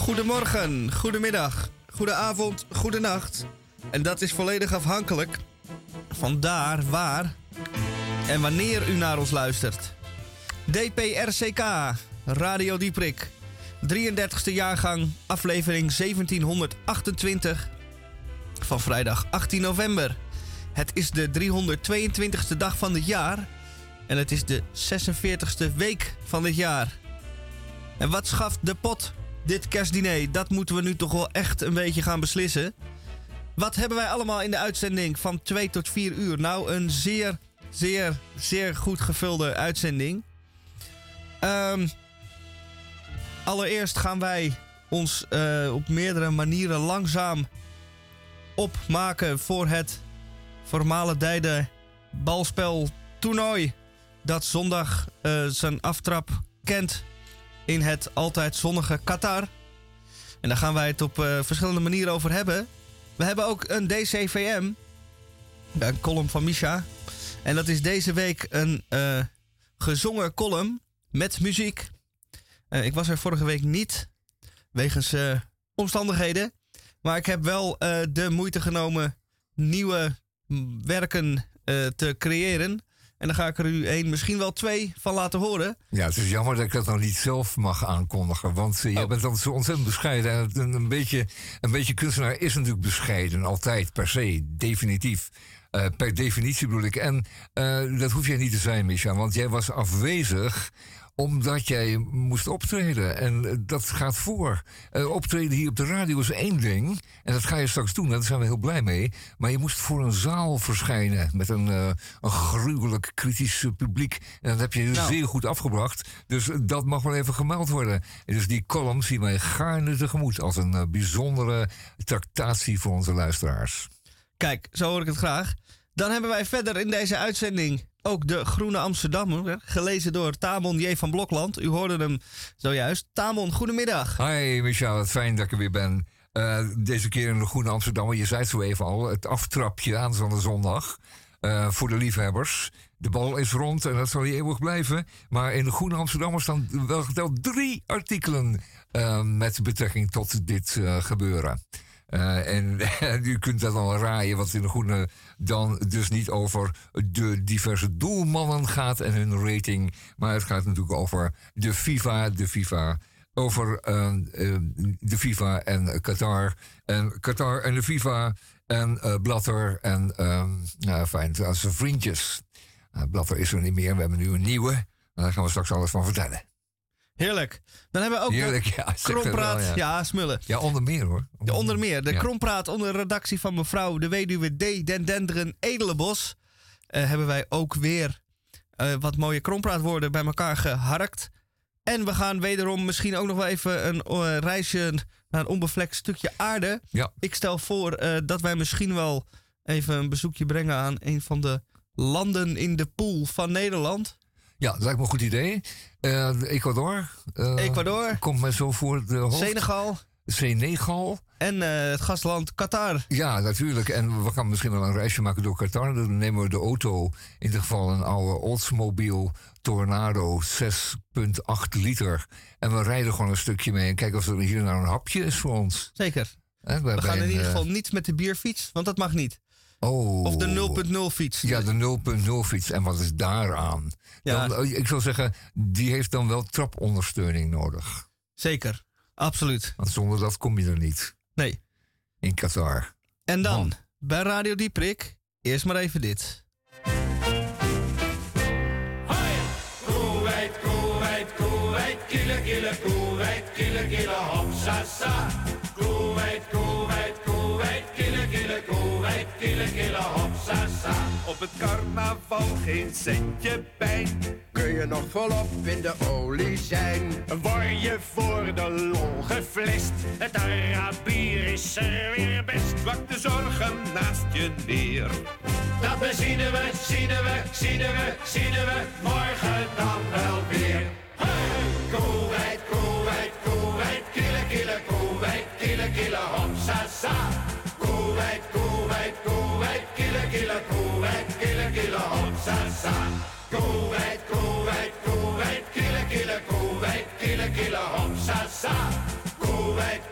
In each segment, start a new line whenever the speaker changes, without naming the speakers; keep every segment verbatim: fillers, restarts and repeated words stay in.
Goedemorgen, goedemiddag, goedenavond, goedenacht. En dat is volledig afhankelijk van daar, waar en wanneer u naar ons luistert. D P R C K, Radio Dieprik, drieëndertigste jaargang, aflevering zeventienhonderdachtentwintig van vrijdag achttien november. Het is de driehonderdtweeëntwintigste dag van het jaar en het is de zesenveertigste week van dit jaar. En wat schaft de pot dit kerstdiner? Dat moeten we nu toch wel echt een beetje gaan beslissen. Wat hebben wij allemaal in de uitzending van twee tot vier uur? Nou, een zeer, zeer, zeer goed gevulde uitzending. Um, allereerst gaan wij ons uh, op meerdere manieren langzaam opmaken voor het voormaledijde balspeltoernooi dat zondag uh, zijn aftrap kent in het altijd zonnige Qatar. En daar gaan wij het op uh, verschillende manieren over hebben. We hebben ook een D C V M, een column van Misha. En dat is deze week een uh, gezongen column met muziek. Uh, ik was er vorige week niet, wegens uh, omstandigheden. Maar ik heb wel uh, de moeite genomen nieuwe werken uh, te creëren. En dan ga ik er u één, misschien wel twee van laten horen.
Ja, het is jammer dat ik dat nog niet zelf mag aankondigen. Want uh, oh. je bent dan zo ontzettend bescheiden. En een, een, beetje, een beetje kunstenaar is natuurlijk bescheiden. Altijd, per se, definitief. Uh, per definitie bedoel ik. En uh, dat hoef jij niet te zijn, Misha. Want jij was afwezig omdat jij moest optreden. En uh, dat gaat voor. Uh, optreden hier op de radio is één ding. En dat ga je straks doen. Daar zijn we heel blij mee. Maar je moest voor een zaal verschijnen. Met een, uh, een gruwelijk kritisch uh, publiek. En dat heb je nou. zeer goed afgebracht. Dus uh, dat mag wel even gemeld worden. En dus die column zien wij gaarne tegemoet. Als een uh, bijzondere tractatie voor onze luisteraars.
Kijk, zo hoor ik het graag. Dan hebben wij verder in deze uitzending ook de Groene Amsterdammer, gelezen door Tamon J. van Blokland. U hoorde hem zojuist. Tamon, goedemiddag.
Hi Michel, wat fijn dat ik er weer ben. Uh, deze keer in de Groene Amsterdammer. Je zei het zo even al, het aftrapje aan zo'n zondag. Uh, voor de liefhebbers. De bal is rond en dat zal hier eeuwig blijven. Maar in de Groene Amsterdammer staan wel geteld drie artikelen uh, met betrekking tot dit uh, gebeuren. Uh, en u kunt dat wel raaien wat in de Groene dan dus niet over de diverse doelmannen gaat en hun rating. Maar het gaat natuurlijk over de FIFA, de FIFA, over uh, uh, de FIFA en Qatar. En Qatar en de FIFA en uh, Blatter en uh, nou, fijn, als vriendjes. Uh, Blatter is er niet meer, we hebben nu een nieuwe. Daar gaan we straks alles van vertellen.
Heerlijk. Dan hebben we ook
Heerlijk,
de
ja,
Krompraat.
Wel, ja.
ja, smullen.
Ja, onder meer hoor.
Onder, ja, onder meer. De
ja.
Krompraat onder redactie van mevrouw de weduwe D. Den Denderen Edelenbos. Uh, hebben wij ook weer uh, wat mooie krompraatwoorden bij elkaar geharkt. En we gaan wederom misschien ook nog wel even een uh, reisje naar een onbevlekt stukje aarde.
Ja.
Ik stel voor uh, dat wij misschien wel even een bezoekje brengen aan een van de landen in de pool van Nederland.
Ja, dat lijkt me een goed idee. Uh, Ecuador. Uh,
Ecuador.
Komt mij zo voor de hoofd.
Senegal.
Senegal.
En uh, het gastland Qatar.
Ja, natuurlijk. En we gaan misschien wel een reisje maken door Qatar. Dan nemen we de auto. In ieder geval een oude Oldsmobile Tornado zes komma acht liter. En we rijden gewoon een stukje mee. En kijken of er hier nou een hapje is voor ons.
Zeker.
Eh,
we gaan in
een,
ieder geval uh, niet met de bierfiets. Want dat mag niet.
Oh.
Of de nul punt nul fiets.
Ja, de nul punt nul fiets. En wat is daaraan?
Ja.
Dan, ik zou zeggen, die heeft dan wel trapondersteuning nodig.
Zeker, absoluut.
Want zonder dat kom je er niet.
Nee.
In Qatar.
En dan,
Man.
bij Radio Dieprik, eerst maar even dit.
Hoi! Koeweit, Koeweit, Koeweit, kille, kille, Koeweit, kille, kille, hop, sa, sa. Koeweit, Koeweit, Koeweit, kille, kille, Koeweit, kille, kille, hop, sa, sa.
Op het carnaval geen centje pijn.
Kun je nog volop in de olie zijn?
Word je voor de lol geflest? Het Arabier is er weer best.
Plak de zorgen naast je neer.
Dat bezienen we, zien we, zien we, zien we morgen dan wel weer. Hey! Koeweit, Koeweit, Koeweit, kille, kille, Koeweit, kille, kille, hop, sa, sa. Koeweit, Koeweit, Koeweit, kille, kille, Koeweit, kille, kille, hop, sa, sa. Koeweit, Koeweit, Koeweit, kille, kille, Koeweit, kille, kille, hop, sa, sa. Koeweit,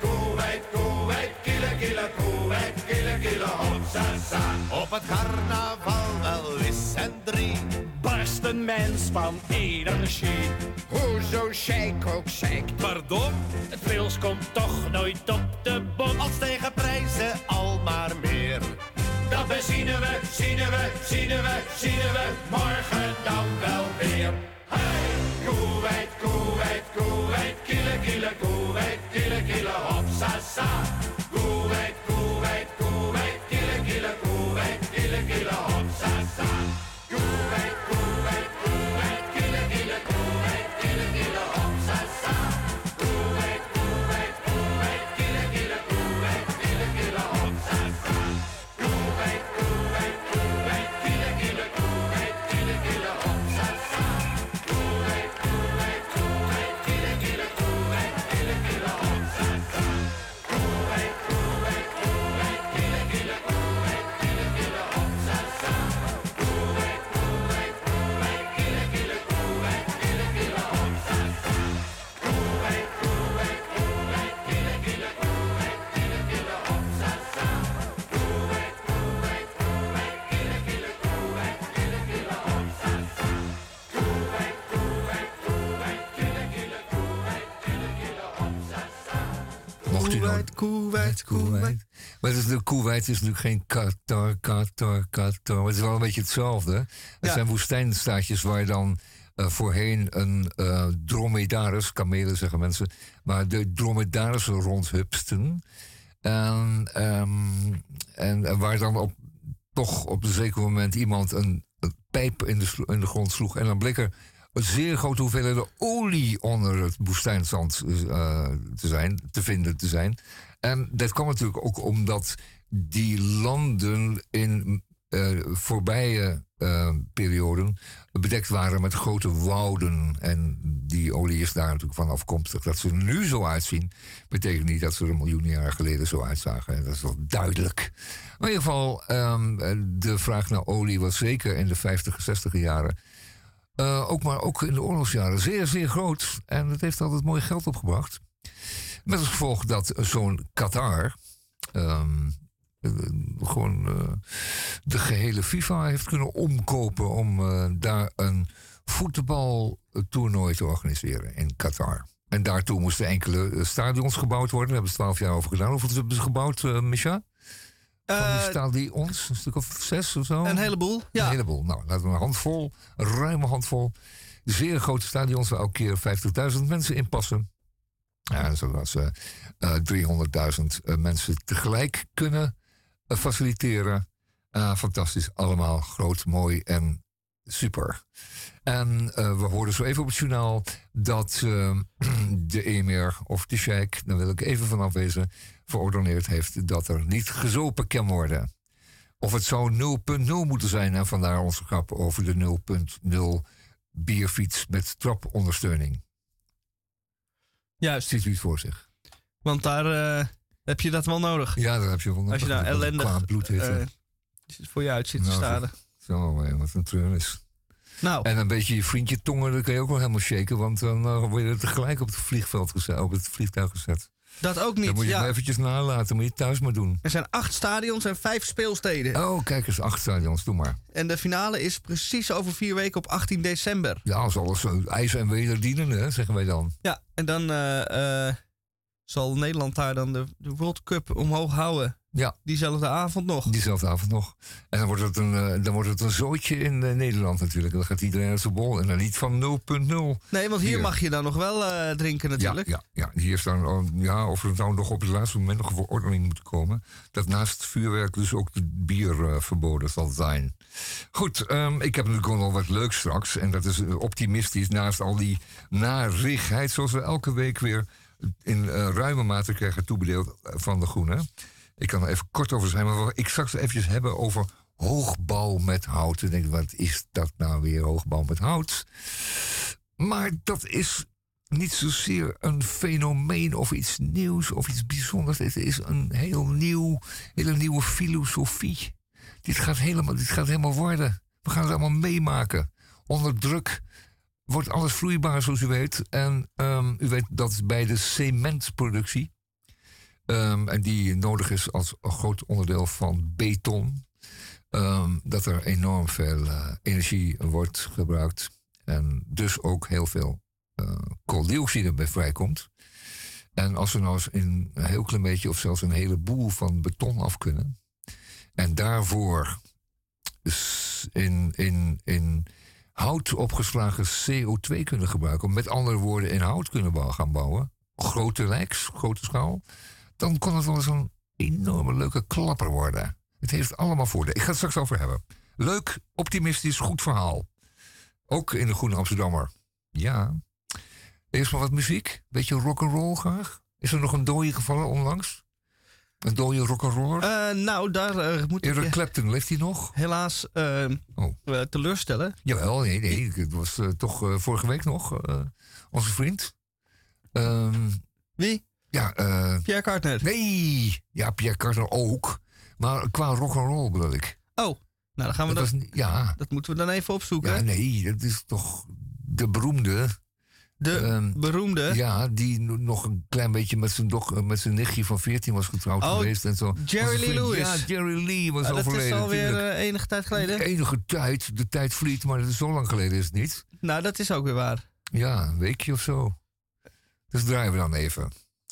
een mens van energie.
Hoezo shake ook shake?
Pardon? Het wils komt toch nooit op de bom.
Al stijgen prijzen al maar meer.
Dat bezienen we, zien we, zien we, zien we morgen dan wel weer. Hey! Koeweit, Koeweit, Koeweit, kiele, kiele, Koeweit, kiele, kiele, hopsasa. Koeweit, Koeweit, Koeweit, kiele, kiele, Koeweit, kiele, kiele, hopsasa. Koeweit, Koeweit, Koeweit, kiele, kiele, Koeweit, kiele, kiele, hopsasa. Koeweit, Koeweit, Koeweit, kiele, kiele, Koeweit, kiele, kiele, hopsasa. Koeweit, Koeweit, Koeweit, kiele, kiele, Koeweit, kiele, kiele, hopsasa. Koeweit, Koeweit, Koeweit, kiele, kiele, Koeweit, kiele, kiele, hopsasa. Koeweit, Koeweit, Koeweit, kiele, kiele, Koeweit, kiele, kiele, hopsasa. Koeweit, Koeweit, Koeweit, kiele, kiele, Koeweit, kiele, kiele, hopsasa. Koeweit, Koeweit, Koeweit, kiele, kiele, Koeweit, kiele, kiele, hopsasa. Koeweit, Koeweit, Koeweit, kiele, kiele, Koeweit, kiele, kiele, hopsasa. Koeweit, Koeweit, Koeweit, kiele, kiele, Koeweit, kiele, kiele, hopsasa.
Mocht u nou...
Koeweit, Koeweit, Koeweit.
Maar het is, de Koeweit is natuurlijk geen Qatar, Qatar, Qatar. Maar het is wel een beetje hetzelfde. Het
Ja.
zijn woestijnstaatjes waar dan uh, voorheen een uh, dromedaris, kamelen zeggen mensen, maar de dromedarissen rondhupsten. En, um, en, en waar dan op, toch op een zeker moment iemand een, een pijp in de, slo- in de grond sloeg. En dan bleek er een zeer grote hoeveelheden olie onder het woestijnzand uh, te zijn, te vinden te zijn. En dat kwam natuurlijk ook omdat die landen in uh, voorbije uh, perioden bedekt waren met grote wouden. En die olie is daar natuurlijk van afkomstig. Dat ze er nu zo uitzien, betekent niet dat ze er miljoenen jaren geleden zo uitzagen. En dat is wel duidelijk. Maar in ieder geval, um, de vraag naar olie was zeker in de vijftiger, zestiger jaren. Uh, ook maar ook in de oorlogsjaren zeer, zeer groot. En het heeft altijd mooi geld opgebracht. Met als gevolg dat zo'n Qatar um, uh, gewoon uh, de gehele FIFA heeft kunnen omkopen om uh, daar een voetbaltoernooi te organiseren in Qatar. En daartoe moesten enkele uh, stadions gebouwd worden. Daar hebben ze twaalf jaar over gedaan. Hoeveel hebben ze gebouwd, uh, Micha? Van die
Eh,
stadions? Een stuk of zes of zo?
Een heleboel, ja.
Een heleboel. Nou, laten we een handvol, een ruime handvol. Zeer grote stadions waar elke keer vijftigduizend mensen in passen. Ja, zodat ze uh, driehonderdduizend uh, mensen tegelijk kunnen uh, faciliteren. Uh, fantastisch, allemaal groot, mooi en super. En uh, we hoorden zo even op het journaal dat uh, de emir of de sheik, daar wil ik even van afwezen, verordoneerd heeft dat er niet gezopen kan worden. Of het zou nul punt nul moeten zijn en vandaar onze grap over de nul punt nul bierfiets met trapondersteuning.
Juist,
Ziet u het voor zich?
want daar eh, heb je dat wel nodig.
Ja, daar heb je wel nodig.
Als je nou
Dat het
ellendig
qua bloedhitte.
eh, voor je uit zit te
Nou,
staren.
Zo, ja, wat een treur is.
Nou,
En een beetje je vriendje tongen, dat kan je ook wel helemaal shaken. Want dan uh, word je tegelijk op het vliegveld gezet, op het vliegtuig gezet.
dat ook
Dan
niet.
moet je
Ja.
het eventjes nalaten, moet je het thuis maar doen.
Er zijn acht stadions en vijf speelsteden.
Oh, kijk eens, acht stadions, doe maar.
En de finale is precies over vier weken op achttien december.
Ja, als alles zo ijs en weder dienen, hè, zeggen wij dan.
Ja, en dan eh, eh, zal Nederland daar dan de, de World Cup omhoog houden.
Ja,
Diezelfde avond nog.
diezelfde avond nog. En dan wordt het een, uh, dan wordt het een zootje in uh, Nederland natuurlijk. Dan gaat iedereen uit zijn bol. En dan niet van nul punt nul.
Nee, want hier,
Hier.
mag je dan nog wel eh, drinken natuurlijk.
Ja, ja, ja, hier is dan, uh, ja, of er nou nog op het laatste moment nog een verordening moet komen. Dat naast vuurwerk dus ook de bier uh, verboden zal zijn. Goed, um, ik heb natuurlijk ook nog wat leuks straks. En dat is uh, optimistisch naast al die narigheid zoals we elke week weer in uh, ruime mate krijgen toebedeeld van de Groene. Ik kan er even kort over zijn, maar ik straks eventjes hebben over hoogbouw met hout. En denk ik, wat is dat nou weer, hoogbouw met hout? Maar dat is niet zozeer een fenomeen of iets nieuws of iets bijzonders. Het is een heel nieuw, hele nieuwe filosofie. Dit gaat helemaal, dit gaat helemaal worden. We gaan het allemaal meemaken. Onder druk wordt alles vloeibaar, zoals u weet. En um, u weet dat bij de cementproductie, Um, en die nodig is als een groot onderdeel van beton. Um, dat er enorm veel uh, energie wordt gebruikt. En dus ook heel veel uh, kooldioxide bij vrijkomt. En als we nou eens in een heel klein beetje of zelfs een heleboel van beton af kunnen. En daarvoor in, in, in hout opgeslagen C O twee kunnen gebruiken. Met andere woorden in hout kunnen bouwen, gaan bouwen. Grote lijks, grote schaal. Dan kan het wel eens een enorme leuke klapper worden. Het heeft allemaal voordelen. Ik ga het straks over hebben. Leuk, optimistisch, goed verhaal. Ook in de Groene Amsterdammer. Ja. Eerst maar wat muziek. Beetje rock'n'roll graag. Is er nog een dooie gevallen onlangs? Een dode rock'n'roller?
Uh, nou, daar uh, moet
Eric
ik...
Clapton, leeft hij nog?
Helaas uh,
oh.
uh, teleurstellen.
Jawel, nee, nee. Het was uh, toch uh, vorige week nog uh, onze vriend. Um,
Wie?
Ja, uh,
Pierre Cardin.
Nee! Ja, Pierre Cardin ook. Maar qua rock'n'roll bedoel ik.
Oh, nou dan gaan we dat...
Dat, was, ja.
dat moeten we dan even opzoeken.
Ja, nee, dat is toch de beroemde...
De um, beroemde?
Ja, die nog een klein beetje met zijn, doch, met zijn nichtje van veertien was getrouwd oh, geweest. En zo.
Jerry Lee Lewis.
Ja, Jerry Lee was
ah,
overleden.
Dat is alweer uh, enige tijd geleden.
Enige tijd, de tijd vliegt, maar dat is zo lang geleden is het niet.
Nou, dat is ook weer waar.
Ja, een weekje of zo. Dus draaien we dan even.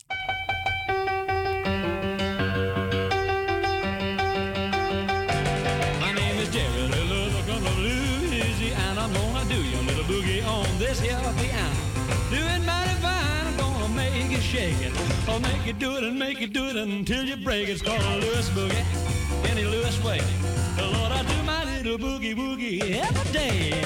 My name is Jerry Lee Lewis, I'm from Louisiana. I'm gonna do your little boogie on this here piano. Do it mighty fine, I'm gonna make it shake it. I'll make it do it and make it do it until you break it. It's called a Lewis boogie, any Lewis way. Lord, I do my little boogie woogie every day.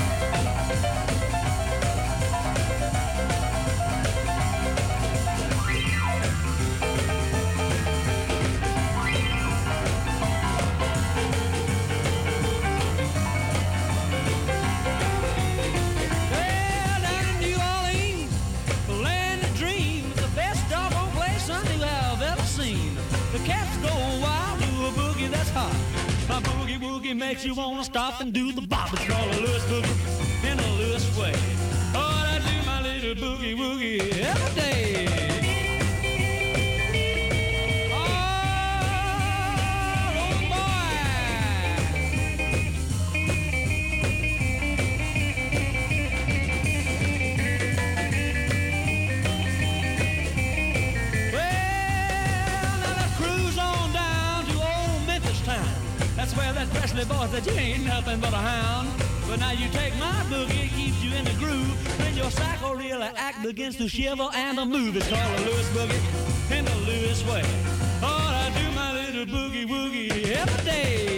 My boogie woogie makes you wanna stop and do the bop. It's called a Lewis boogie in a Lewis way. Oh, I do my little boogie woogie every day. Oh, oh boy. Well, now let's cruise on down to old Memphis town. That's where that Presley boy said you ain't nothing but a hound. But now you take my boogie, it keeps you in the groove. When your psycho really act begins to shiver and to move. It's called a Lewis boogie in the Lewis way. Oh, I do my little boogie woogie every day.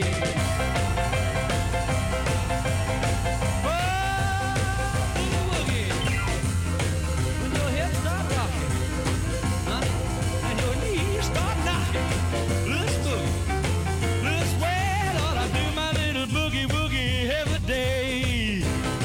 Oh, boogie woogie. When your hips start rocking, honey, and your knees start knocking. Lewis boogie. Boogie woogie every day.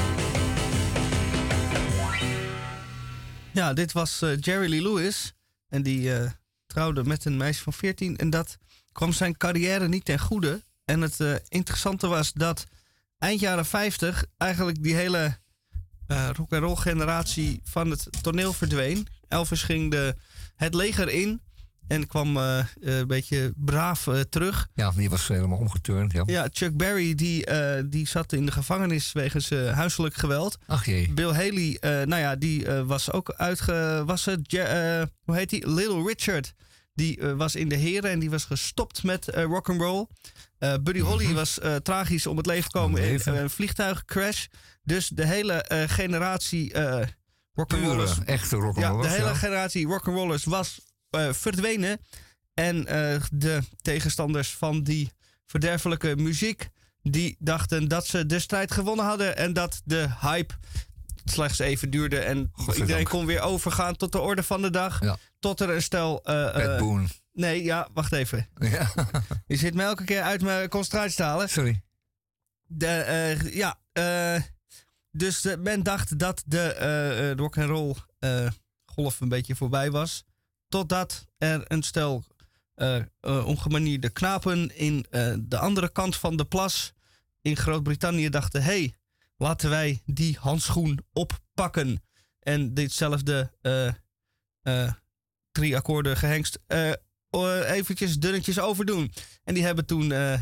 Ja, dit was uh, Jerry Lee Lewis. En die uh, trouwde met een meisje van veertien. En dat kwam zijn carrière niet ten goede. En het uh, interessante was dat eind jaren vijftig eigenlijk die hele uh, rock'n'roll generatie van het toneel verdween. Elvis ging de, het leger in. En kwam uh, uh, een beetje braaf uh, terug.
Ja, die was helemaal omgeturnd. Ja,
ja Chuck Berry die, uh, die zat in de gevangenis wegens uh, huiselijk geweld.
Ach jee.
Bill Haley, uh, nou ja, die uh, was ook uitgewassen. Uh, hoe heet die? Little Richard. Die uh, was in de heren en die was gestopt met uh, rock'n'roll. Uh, Buddy mm-hmm. Holly was uh, tragisch om het leven gekomen in uh, een vliegtuigcrash. Dus de hele uh, generatie uh, rock'n'rollers.
Echte rock'n'rollers.
Ja, de hele
ja.
generatie rock'n'rollers was Uh, verdwenen. En uh, de tegenstanders van die verderfelijke muziek, die dachten dat ze de strijd gewonnen hadden en dat de hype slechts even duurde en iedereen kon weer overgaan tot de orde van de dag. Ja. Tot er een stel... Uh,
Pat Boone.
Nee, ja, wacht even.
Ja.
Je zit me elke keer uit mijn concentratie te halen.
Sorry.
De, uh, ja, uh, dus uh, men dacht dat de uh, uh, rock'n'roll uh, golf een beetje voorbij was. Totdat er een stel uh, uh, ongemanierde knapen in uh, de andere kant van de plas in Groot-Brittannië dachten... hé, hey, laten wij die handschoen oppakken. En ditzelfde uh, uh, drie akkoorden gehengst uh, uh, eventjes dunnetjes overdoen. En die hebben toen uh, ja,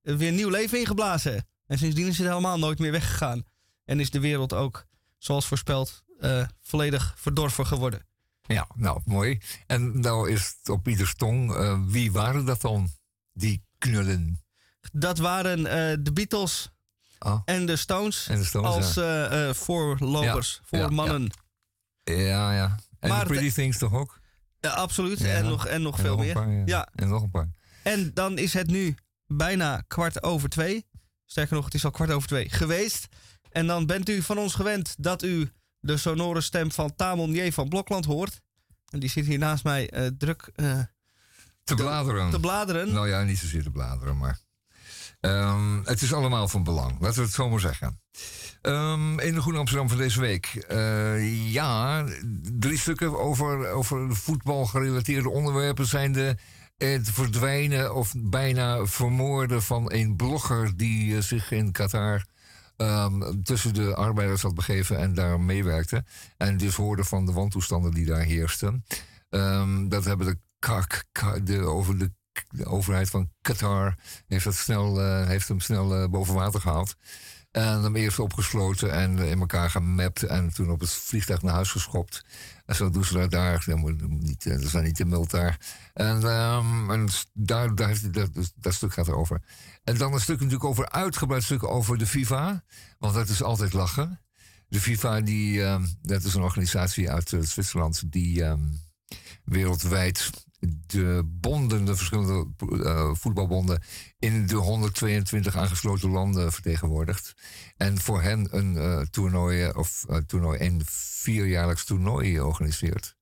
weer nieuw leven ingeblazen. En sindsdien is het helemaal nooit meer weggegaan. En is de wereld ook, zoals voorspeld, uh, volledig verdorven geworden.
Ja, nou, mooi. En nou is het op ieders tong. Uh, wie waren dat dan, die knullen?
Dat waren uh, de Beatles oh. en de Stones,
en de Stones
als
ja.
uh, uh, voorlopers, ja, voor ja, mannen.
Ja, ja. ja. En maar de Pretty de, Things toch ook?
Ja, absoluut. Ja, en, nog, en nog en veel nog meer.
Paar, ja. Ja. En nog een paar.
En dan is het nu bijna kwart over twee. Sterker nog, het is al kwart over twee geweest. En dan bent u van ons gewend dat u de sonore stem van Tamon J. van Blokland hoort. En die zit hier naast mij uh, druk uh,
te, bladeren.
te bladeren.
Nou ja, niet zozeer te bladeren, maar um, het is allemaal van belang. Laten we het zo maar zeggen. Um, in de Goede Amsterdam van deze week. Uh, ja, drie stukken over, over voetbalgerelateerde onderwerpen zijn de... Het verdwijnen of bijna vermoorden van een blogger die uh, zich in Qatar um, tussen de arbeiders had begeven en daar meewerkte. En dus hoorde van de wantoestanden die daar heersten. Um, dat hebben de, kak, de, over de, de overheid van Qatar heeft, dat snel, uh, heeft hem snel uh, boven water gehaald. En hem eerst opgesloten en in elkaar gemapt en toen op het vliegtuig naar huis geschopt. En zo doen ze dat daar. Dat, moet niet, dat zijn niet te mild daar. En, um, en daar, daar heeft, dat, dat stuk gaat erover. En dan een stuk natuurlijk over, uitgebreid stuk over de FIFA. Want dat is altijd lachen. De FIFA, die, um, dat is een organisatie uit uh, Zwitserland die um, wereldwijd de bonden, de verschillende uh, voetbalbonden in de honderdtweeëntwintig aangesloten landen vertegenwoordigt. En voor hen een uh, toernooi, of uh, toernooi, een vierjaarlijks toernooi organiseert.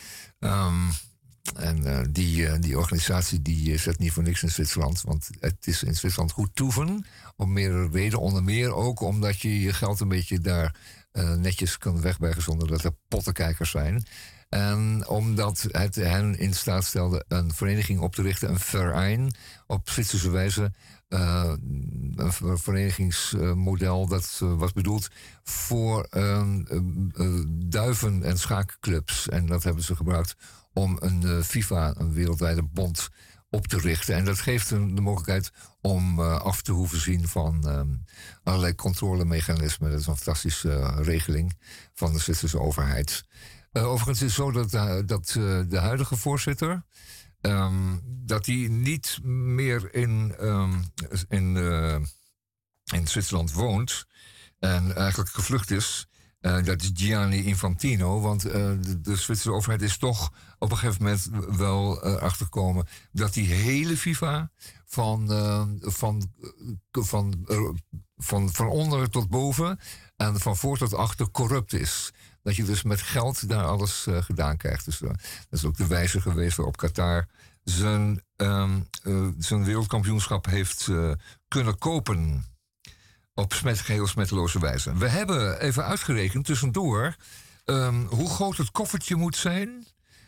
Um, en uh, die, uh, die organisatie die zit niet voor niks in Zwitserland, want het is in Zwitserland goed toeven, om meerdere redenen. Onder meer ook omdat je je geld een beetje daar uh, netjes kan wegbergen zonder dat er pottenkijkers zijn. En omdat het hen in staat stelde een vereniging op te richten, een verein, op Zwitserse wijze. Uh, een verenigingsmodel dat uh, was bedoeld voor uh, uh, duiven- en schaakclubs. En dat hebben ze gebruikt om een uh, FIFA, een wereldwijde bond, op te richten. En dat geeft hen de mogelijkheid om uh, af te hoeven zien van um, allerlei controlemechanismen. Dat is een fantastische uh, regeling van de Zwitserse overheid. Uh, overigens is het zo dat, uh, dat uh, de huidige voorzitter... Um, dat hij niet meer in, um, in, uh, in Zwitserland woont... en eigenlijk gevlucht is. Uh, dat is Gianni Infantino. Want uh, de, de Zwitserse overheid is toch op een gegeven moment wel uh, achtergekomen... dat die hele FIFA van, uh, van, uh, van, uh, van, van onder tot boven... en van voor tot achter corrupt is... Dat je dus met geld daar alles uh, gedaan krijgt. Dus uh, dat is ook de wijze geweest waarop Qatar zijn, um, uh, zijn wereldkampioenschap heeft uh, kunnen kopen. Op smet, geheel smetteloze wijze. We hebben even uitgerekend tussendoor um, hoe groot het koffertje moet zijn...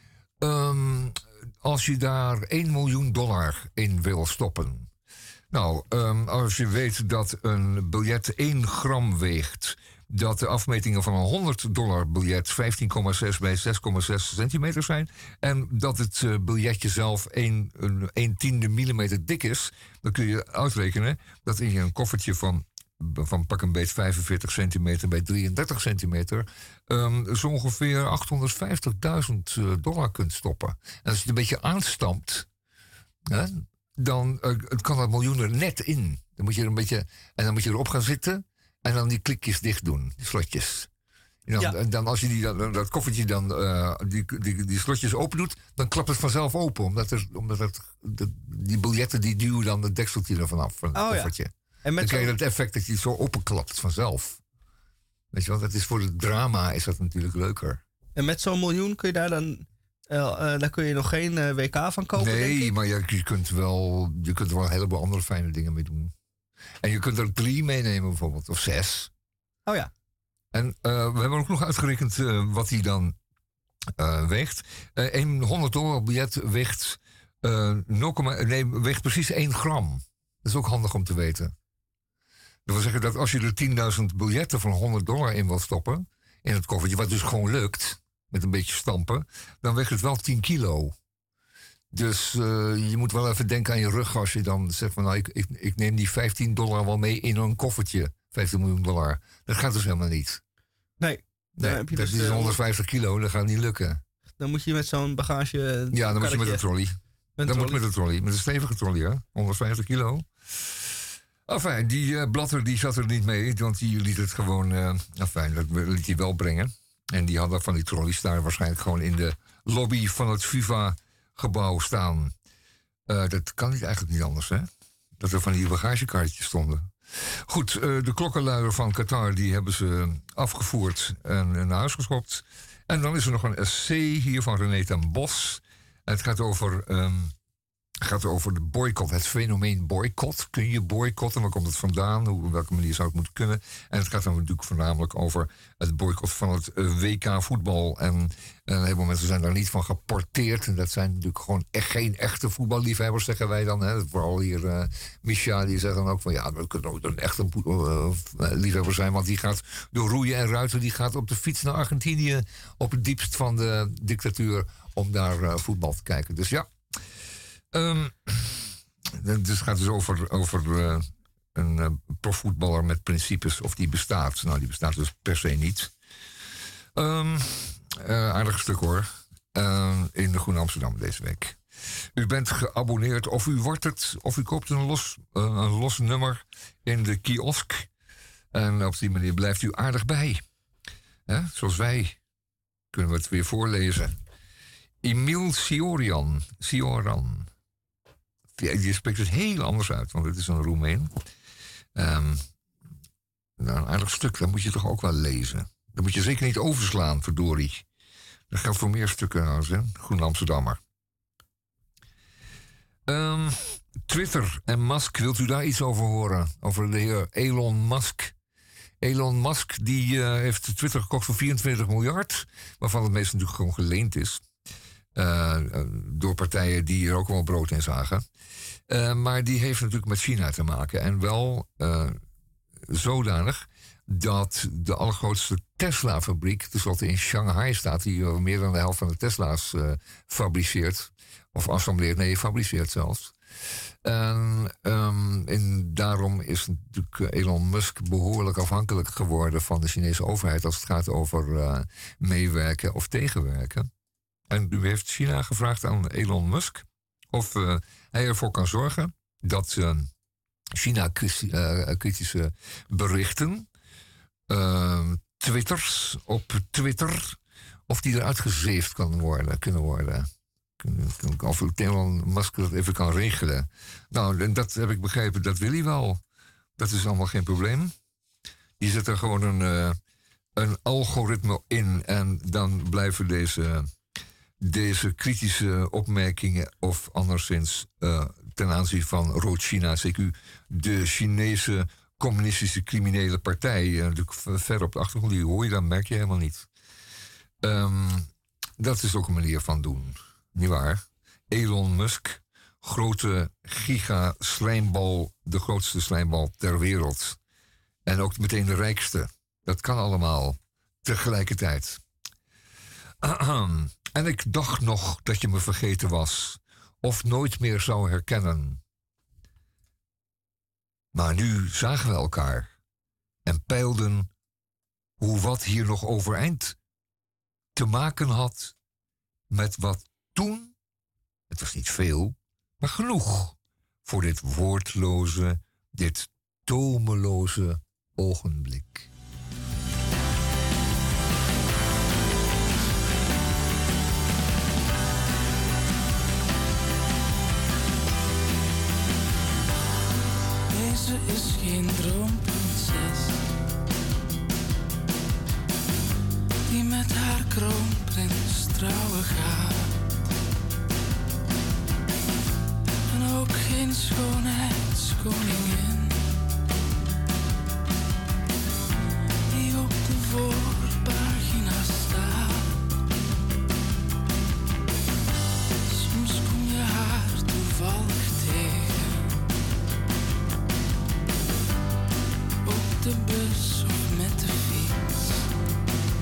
Um, als je daar één miljoen dollar in wil stoppen. Nou, um, als je weet dat een biljet één gram weegt... dat de afmetingen van een honderd dollar biljet vijftien komma zes bij zes komma zes centimeter zijn... en dat het uh, biljetje zelf een tiende millimeter dik is... dan kun je uitrekenen dat in je een koffertje van, van pak een beet vijfenveertig centimeter bij drieëndertig centimeter... Um, zo ongeveer achthonderdvijftigduizend dollar kunt stoppen. En als je het een beetje aanstampt... Hè, dan uh, het kan dat miljoen er net in. Dan moet je er een beetje, en dan moet je erop gaan zitten... En dan die klikjes dicht doen, die slotjes. En dan, ja. dan als je die, dat, dat koffertje dan uh, die, die, die slotjes open doet... dan klapt het vanzelf open. Omdat, er, omdat het, de, die biljetten die duwen dan het dekseltje ervan af. Van het oh, koffertje. Ja. En met dan krijg je het effect dat je het zo openklapt vanzelf. Weet je wel, dat is voor het drama is dat natuurlijk leuker.
En met zo'n miljoen kun je daar dan... Uh, uh, daar kun je nog geen uh, W K van kopen,
nee,
denk ik?
maar je, je, kunt wel, je kunt er wel een heleboel andere fijne dingen mee doen. En je kunt er drie meenemen bijvoorbeeld, of zes.
Oh ja.
En uh, we hebben ook nog uitgerekend uh, wat die dan uh, weegt. Uh, een honderd dollar biljet weegt, uh, nul, nee, weegt precies één gram. Dat is ook handig om te weten. Dat wil zeggen dat als je er tienduizend biljetten van honderd dollar in wilt stoppen... in het koffertje, wat dus gewoon lukt, met een beetje stampen... dan weegt het wel tien kilo. Dus uh, je moet wel even denken aan je rug als je dan zegt van... nou, ik, ik, ik neem die vijftien dollar wel mee in een koffertje. vijftien miljoen dollar. Dat gaat dus helemaal niet.
Nee.
nee
heb je
dat
dus
is
uh,
honderdvijftig kilo, dat gaat niet lukken.
Dan moet je met zo'n bagage...
Ja, dan moet je met een trolley.
Met
dan
trolley.
moet je met een trolley. Met een stevige trolley, hè. honderdvijftig kilo. Enfin, die uh, Blatter die zat er niet mee, want die liet het gewoon... Uh, enfin, dat liet hij wel brengen. En die hadden van die trolleys daar waarschijnlijk gewoon in de lobby van het FIFA-gebouw staan. Uh, dat kan niet eigenlijk niet anders, hè? Dat er van die bagagekaartjes stonden. Goed, uh, de klokkenluider van Qatar, die hebben ze afgevoerd en naar huis geschopt. En dan is er nog een essay hier van René ten Bos. En het gaat over... Um, gaat over de boycott, het fenomeen boycott. Kun je boycotten? Waar komt het vandaan? Hoe, op welke manier zou het moeten kunnen? En het gaat dan natuurlijk voornamelijk over het boycott van het uh, W K voetbal. En uh, een heleboel mensen zijn daar niet van geporteerd. En dat zijn natuurlijk gewoon echt geen echte voetballiefhebbers, zeggen wij dan. Hè. Vooral hier uh, Micha, die zegt dan ook van... ja, we kunnen ook een echte uh, liefhebber zijn... want die gaat door roeien en ruiten... die gaat op de fiets naar Argentinië... op het diepst van de dictatuur... om daar uh, voetbal te kijken. Dus ja... Um, dus het gaat dus over, over uh, een uh, profvoetballer met principes, of die bestaat. Nou, die bestaat dus per se niet. Um, uh, aardig stuk hoor. Uh, in de Groene Amsterdam deze week. U bent geabonneerd, of u wordt het, of u koopt een los, uh, een los nummer in de kiosk. En op die manier blijft u aardig bij. Hè? Zoals wij. Kunnen we het weer voorlezen. Emil Sioran. Sioran. Je spreekt het heel anders uit, want het is een Roemeen. Um, nou, een aardig stuk, dat moet je toch ook wel lezen. Dat moet je zeker niet overslaan, verdorie. Dat geldt voor meer stukken trouwens, hè? Groene Amsterdammer. Um, Twitter en Musk, wilt u daar iets over horen? Over de heer Elon Musk. Elon Musk die uh, heeft Twitter gekocht voor vierentwintig miljard... waarvan het meest natuurlijk gewoon geleend is... Uh, door partijen die er ook wel brood in zagen. Uh, maar die heeft natuurlijk met China te maken. En wel uh, zodanig dat de allergrootste Tesla-fabriek... tenslotte in Shanghai staat... die uh, meer dan de helft van de Tesla's uh, fabriceert. Of assembleert, nee, fabriceert zelfs. En, um, en daarom is natuurlijk Elon Musk behoorlijk afhankelijk geworden... van de Chinese overheid als het gaat over uh, meewerken of tegenwerken. En nu heeft China gevraagd aan Elon Musk of uh, hij ervoor kan zorgen dat uh, China kritische berichten, uh, twitters op Twitter, of die eruit gezeefd kan worden, kunnen worden. Of Elon Musk dat even kan regelen. Nou, en dat heb ik begrepen, dat wil hij wel. Dat is allemaal geen probleem. Die zet er gewoon een, uh, een algoritme in en dan blijven deze... Deze kritische opmerkingen of anderszins uh, ten aanzien van Rood China, C Q, de Chinese communistische criminele partij, uh, natuurlijk ver op de achtergrond, die hoor je dan, merk je helemaal niet. Um, dat is ook een manier van doen, nietwaar? Elon Musk, grote giga-slijmbal, de grootste slijmbal ter wereld. En ook meteen de rijkste. Dat kan allemaal tegelijkertijd. Ahem. En ik dacht nog dat je me vergeten was, of nooit meer zou herkennen. Maar nu zagen we elkaar en peilden hoe wat hier nog overeind te maken had met wat toen, het was niet veel, maar genoeg voor dit woordloze, dit tomeloze ogenblik.
Ze is geen droomprinses die met haar kroonprins trouwen gaat. En ook geen schoonheidskoningin die op de voorpagina staat. Soms kom je haar toevallig tegen de bus of met de fiets.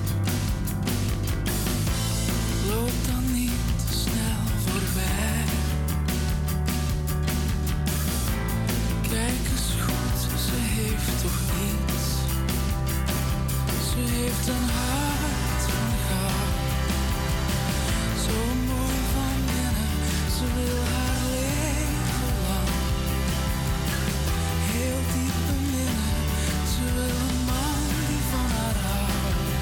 Loop dan niet te snel voorbij. heeft een hart van goud. Zo mooi van binnen, ze wil haar leven lang. Heel diep beminnen, ze wil een man die van haar houdt.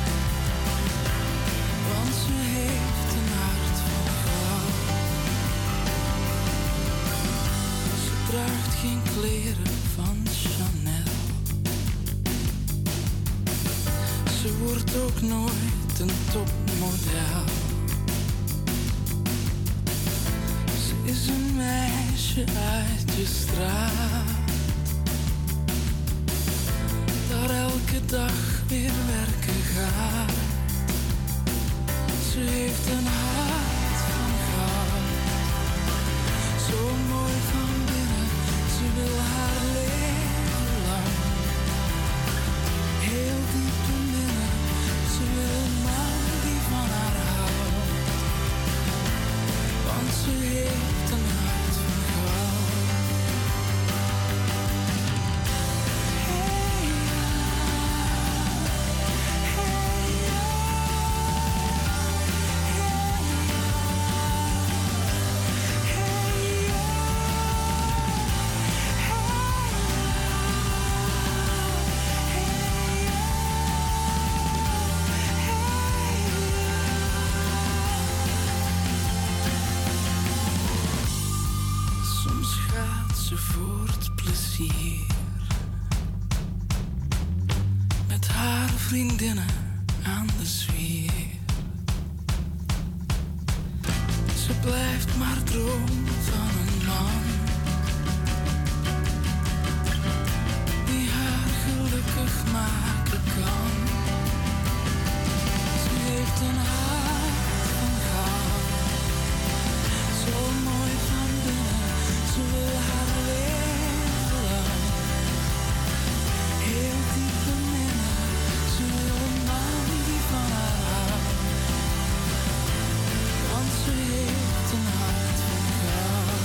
Want ze heeft een hart van goud. Ze draagt geen kleren van Chanel. Ze wordt ook nooit een topmodel. Ze is een meisje uit je straat, daar elke dag weer werken gaat. Ze heeft een hart van goud, zo mooi van binnen, ze wil haar leven lang. Heel diep beminnen, ze wil een man die van haar houdt. Want ze heeft een hart van goud. Hey ja, hey ja, hey ja, soms gaat ze voor het plezier met haar vriendinnen aan de zwier. Ze blijft maar dromen van een man die haar gelukkig maken kan. Ze heeft een hart van goud, zo mooi van binnen, ze wil haar leven lang. Heel diep beminnen, ze wil een man die van haar houdt. Want ze heeft een hart van goud.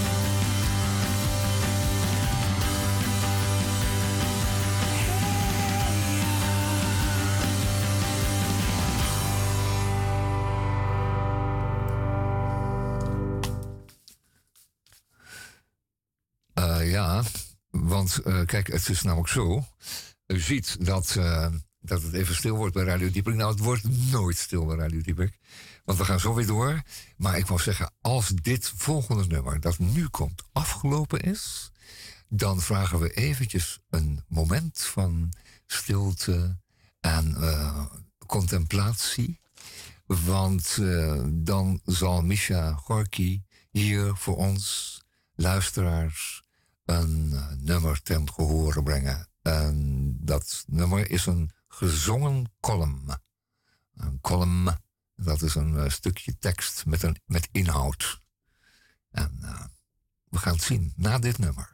Eh, ja, want eh, kijk, het is namelijk zo. U ziet dat, eh, dat het even stil wordt bij Radio Dieperik. Nou, het wordt nooit stil bij Radio Dieperik. Want we gaan zo weer door. Maar ik wou zeggen, als dit volgende nummer dat nu komt afgelopen is, dan vragen we eventjes een moment van stilte en eh, contemplatie. Want eh, dan zal Misha Gorky hier voor ons luisteraars een uh, nummer ten gehore brengen. En dat nummer is een gezongen column. Een column, dat is een uh, stukje tekst met, een, met inhoud. En uh, we gaan het zien na dit nummer.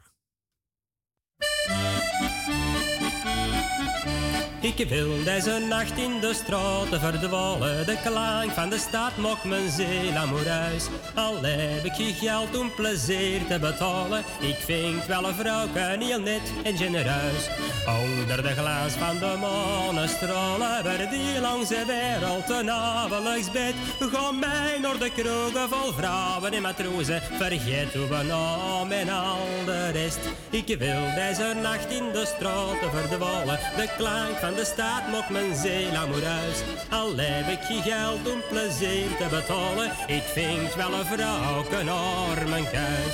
Ik wil deze nacht in de straten verdwalen. De klank van de stad mokt mijn ziel amoureus. Al heb ik geen geld om plezier te betalen. Ik vind wel een vrouwke heel net en genereus. Onder de glans van de manestralen, waar die langs de wereld een avondelijks bed. Ga mij naar de kroegen vol vrouwen en matrozen. Vergeet uw naam en al de rest. Ik wil deze nacht in de straten verdwalen. De klank van de stad mokt mijn ziel amoureus. Al heb ik geen geld om plezier te betalen. Ik vind wel een vrouwke naar mijn kuis.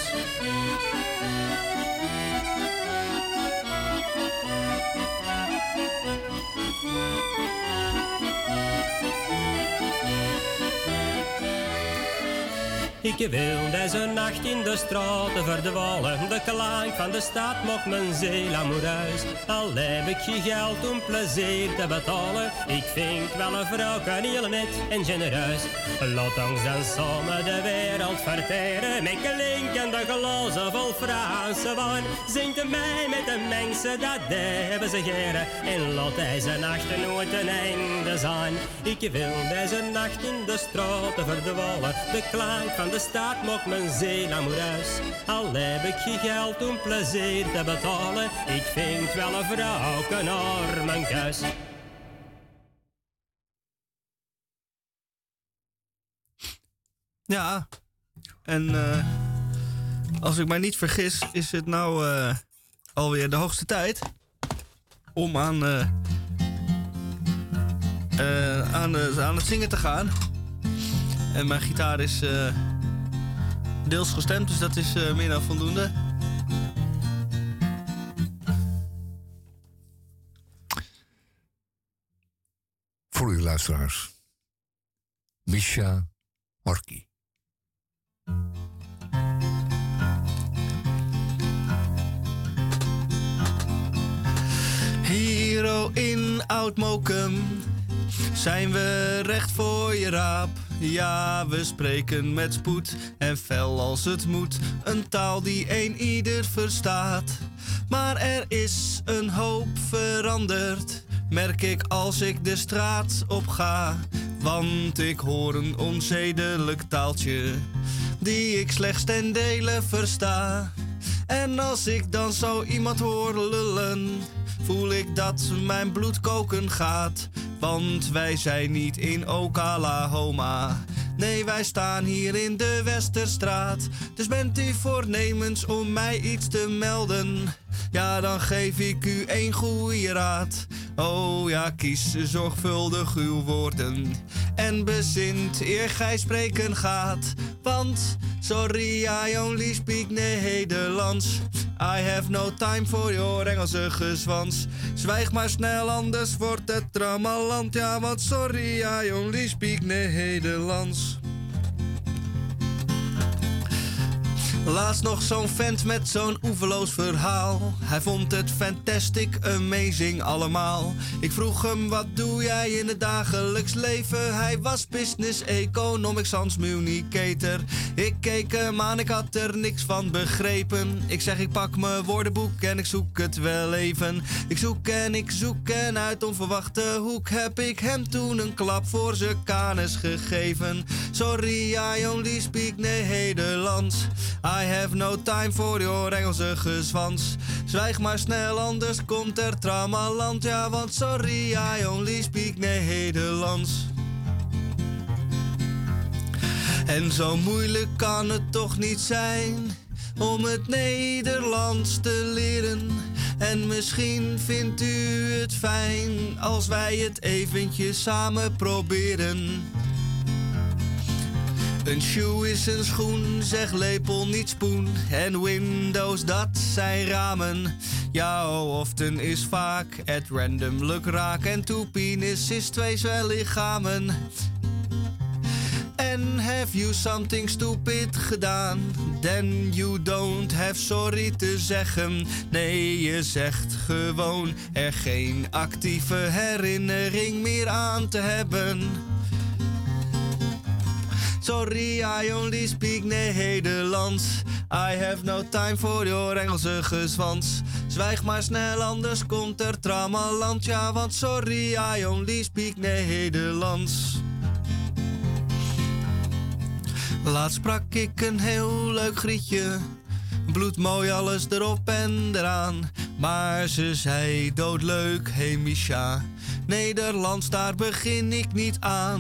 Ik wil deze nacht in de straten verdwalen. De klank van de stad mocht mijn ziel amoureus. Al heb ik geen geld om plezier te betalen. Ik vind wel een vrouwke heel net en genereus. Laat ons dan samen de wereld verteren. Met klinkende glazen vol Franse wijn. Zingt mij met de mensen, dat hebben ze geren. En laat deze nacht nooit een einde zijn. Ik wil deze nacht in de straten verdwalen. De klank van de stad mokt mijn ziel amoureus. Al heb ik geen geld om plezier te betalen. Ik vind wel een vrouwke naar mijn kuis.
Ja, en uh, als ik mij niet vergis, is het nou uh, alweer de hoogste tijd om aan, uh, uh, aan, uh, aan het zingen te gaan. En mijn gitaar is uh, deels gestemd, dus dat is uh, meer dan voldoende.
Voor uw luisteraars, Misha Horky.
Hier in Oud-Mokum zijn we recht voor je raap. Ja, we spreken met spoed en fel als het moet. Een taal die een ieder verstaat. Maar er is een hoop veranderd, merk ik als ik de straat op ga. Want ik hoor een onzedelijk taaltje die ik slechts ten dele versta. En als ik dan zo iemand hoor lullen, voel ik dat mijn bloed koken gaat. Want wij zijn niet in Oklahoma, nee, wij staan hier in de Westerstraat. Dus bent u voornemens om mij iets te melden, ja, dan geef ik u één goeie raad. Oh ja, kies zorgvuldig uw woorden en bezint eer gij spreken gaat. Want, sorry, I only speak Nederlands. I have no time for your Engelse gezwans. Zwijg maar snel, anders wordt het trammeland. Ja, want sorry, I only speak Nederlands. Laatst nog zo'n vent met zo'n oeverloos verhaal. Hij vond het fantastic, amazing allemaal. Ik vroeg hem, wat doe jij in het dagelijks leven? Hij was business economics communicator. Ik keek hem aan, ik had er niks van begrepen. Ik zeg, ik pak mijn woordenboek en ik zoek het wel even. Ik zoek en ik zoek en uit onverwachte hoek heb ik hem toen een klap voor zijn kanus gegeven. Sorry, I only speak Nederlands. I have no time for your Engelse gezwans. Zwijg maar snel, anders komt er trammeland. Ja, want sorry, I only speak Nederlands. En zo moeilijk kan het toch niet zijn om het Nederlands te leren. En misschien vindt u het fijn als wij het eventjes samen proberen. Een shoe is een schoen, zeg lepel niet spoen. En windows, dat zijn ramen. Ja, often is vaak at random luk raak. En two penis is twee zwellichamen. And have you something stupid gedaan? Then you don't have sorry te zeggen. Nee, je zegt gewoon er geen actieve herinnering meer aan te hebben. Sorry, I only speak Nederlands. I have no time for your Engelse gezwans. Zwijg maar snel, anders komt er trammeland. Ja, want sorry, I only speak Nederlands. Laatst sprak ik een heel leuk grietje. Bloedmooi, alles erop en eraan. Maar ze zei doodleuk, hey Misha. Nederlands, daar begin ik niet aan.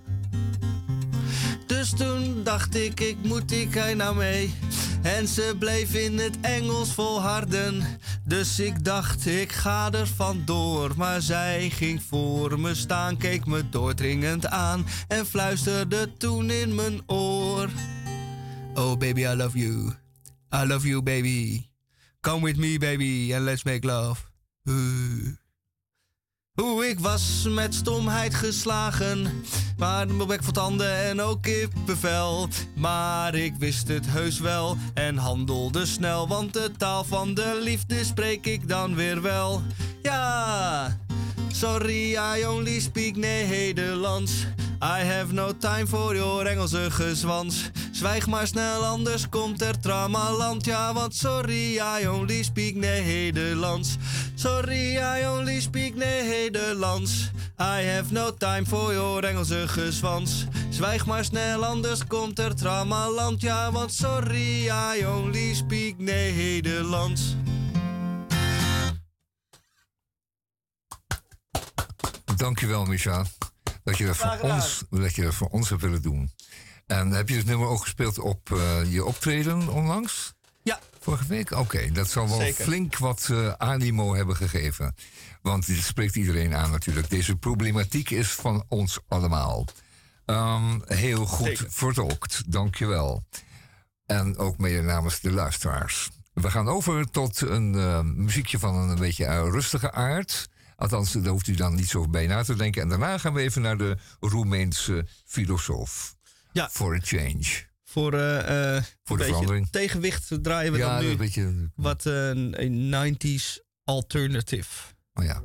Dus toen dacht ik, ik moet ik hij nou mee. En ze bleef in het Engels volharden. Dus ik dacht, ik ga er vandoor. Maar zij ging voor me staan, keek me doordringend aan. En fluisterde toen in mijn oor. Oh baby, I love you. I love you baby. Come with me baby and let's make love. Uh. Hoe ik was met stomheid geslagen, maar mijn bek vol tanden en ook kippenvel. Maar ik wist het heus wel en handelde snel, want de taal van de liefde spreek ik dan weer wel. Ja, sorry, I only speak Nederlands. I have no time for your Engelse gezwans. Zwijg maar snel, anders komt er trammeland. Ja, want sorry, I only speak Nederlands. Sorry, I only speak Nederlands. I have no time for your Engelse gezwans. Zwijg maar snel, anders komt er trammeland. Ja, want sorry, I only speak Nederlands.
Dankjewel, Misha. Dat je dat voor ons, dat je dat voor ons hebt willen doen. En heb je het nummer ook gespeeld op uh, je optreden onlangs?
Ja.
Vorige week? Oké, okay, dat zal wel
Zeker.
flink wat uh, animo hebben gegeven. Want dit spreekt iedereen aan natuurlijk. Deze problematiek is van ons allemaal. Um, heel goed
Zeker.
vertolkt, dankjewel. En ook mede namens de luisteraars. We gaan over tot een uh, muziekje van een beetje uh, rustige aard. Althans, daar hoeft u dan niet zo bij na te denken. En daarna gaan we even naar de Roemeense filosoof.
Ja.
For a change.
Voor, uh, uh,
Voor de
een
verandering.
tegenwicht draaien we
ja,
dan nu
een beetje,
wat uh, een nineties alternative.
Oh ja.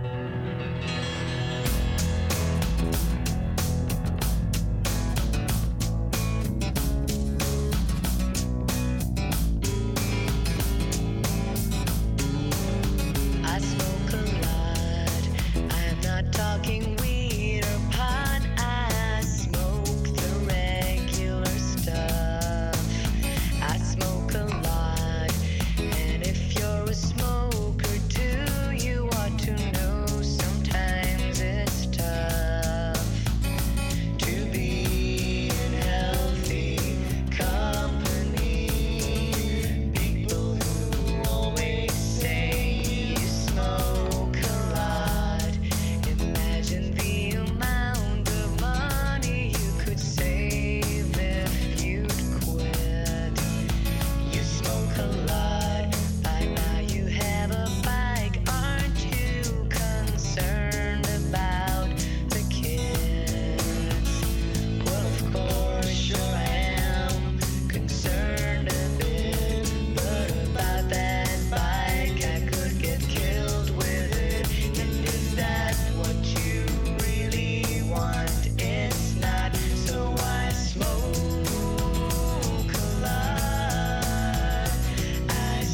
Talking weed or pot, I smoke the regular stuff. I smoke a lot, and if you're a smoker too, you ought to know sometimes it's tough to be in healthy company. People who always say you smoke a lot. Imagine the amount of money you could save if you'd quit. You smoke a lot, by now you have a bike. Aren't you concerned about the kids? Well, of course, sure I am concerned a bit, but about that bike, I could get killed with it. And is that what you really want? It's not, so I smoke a lot. I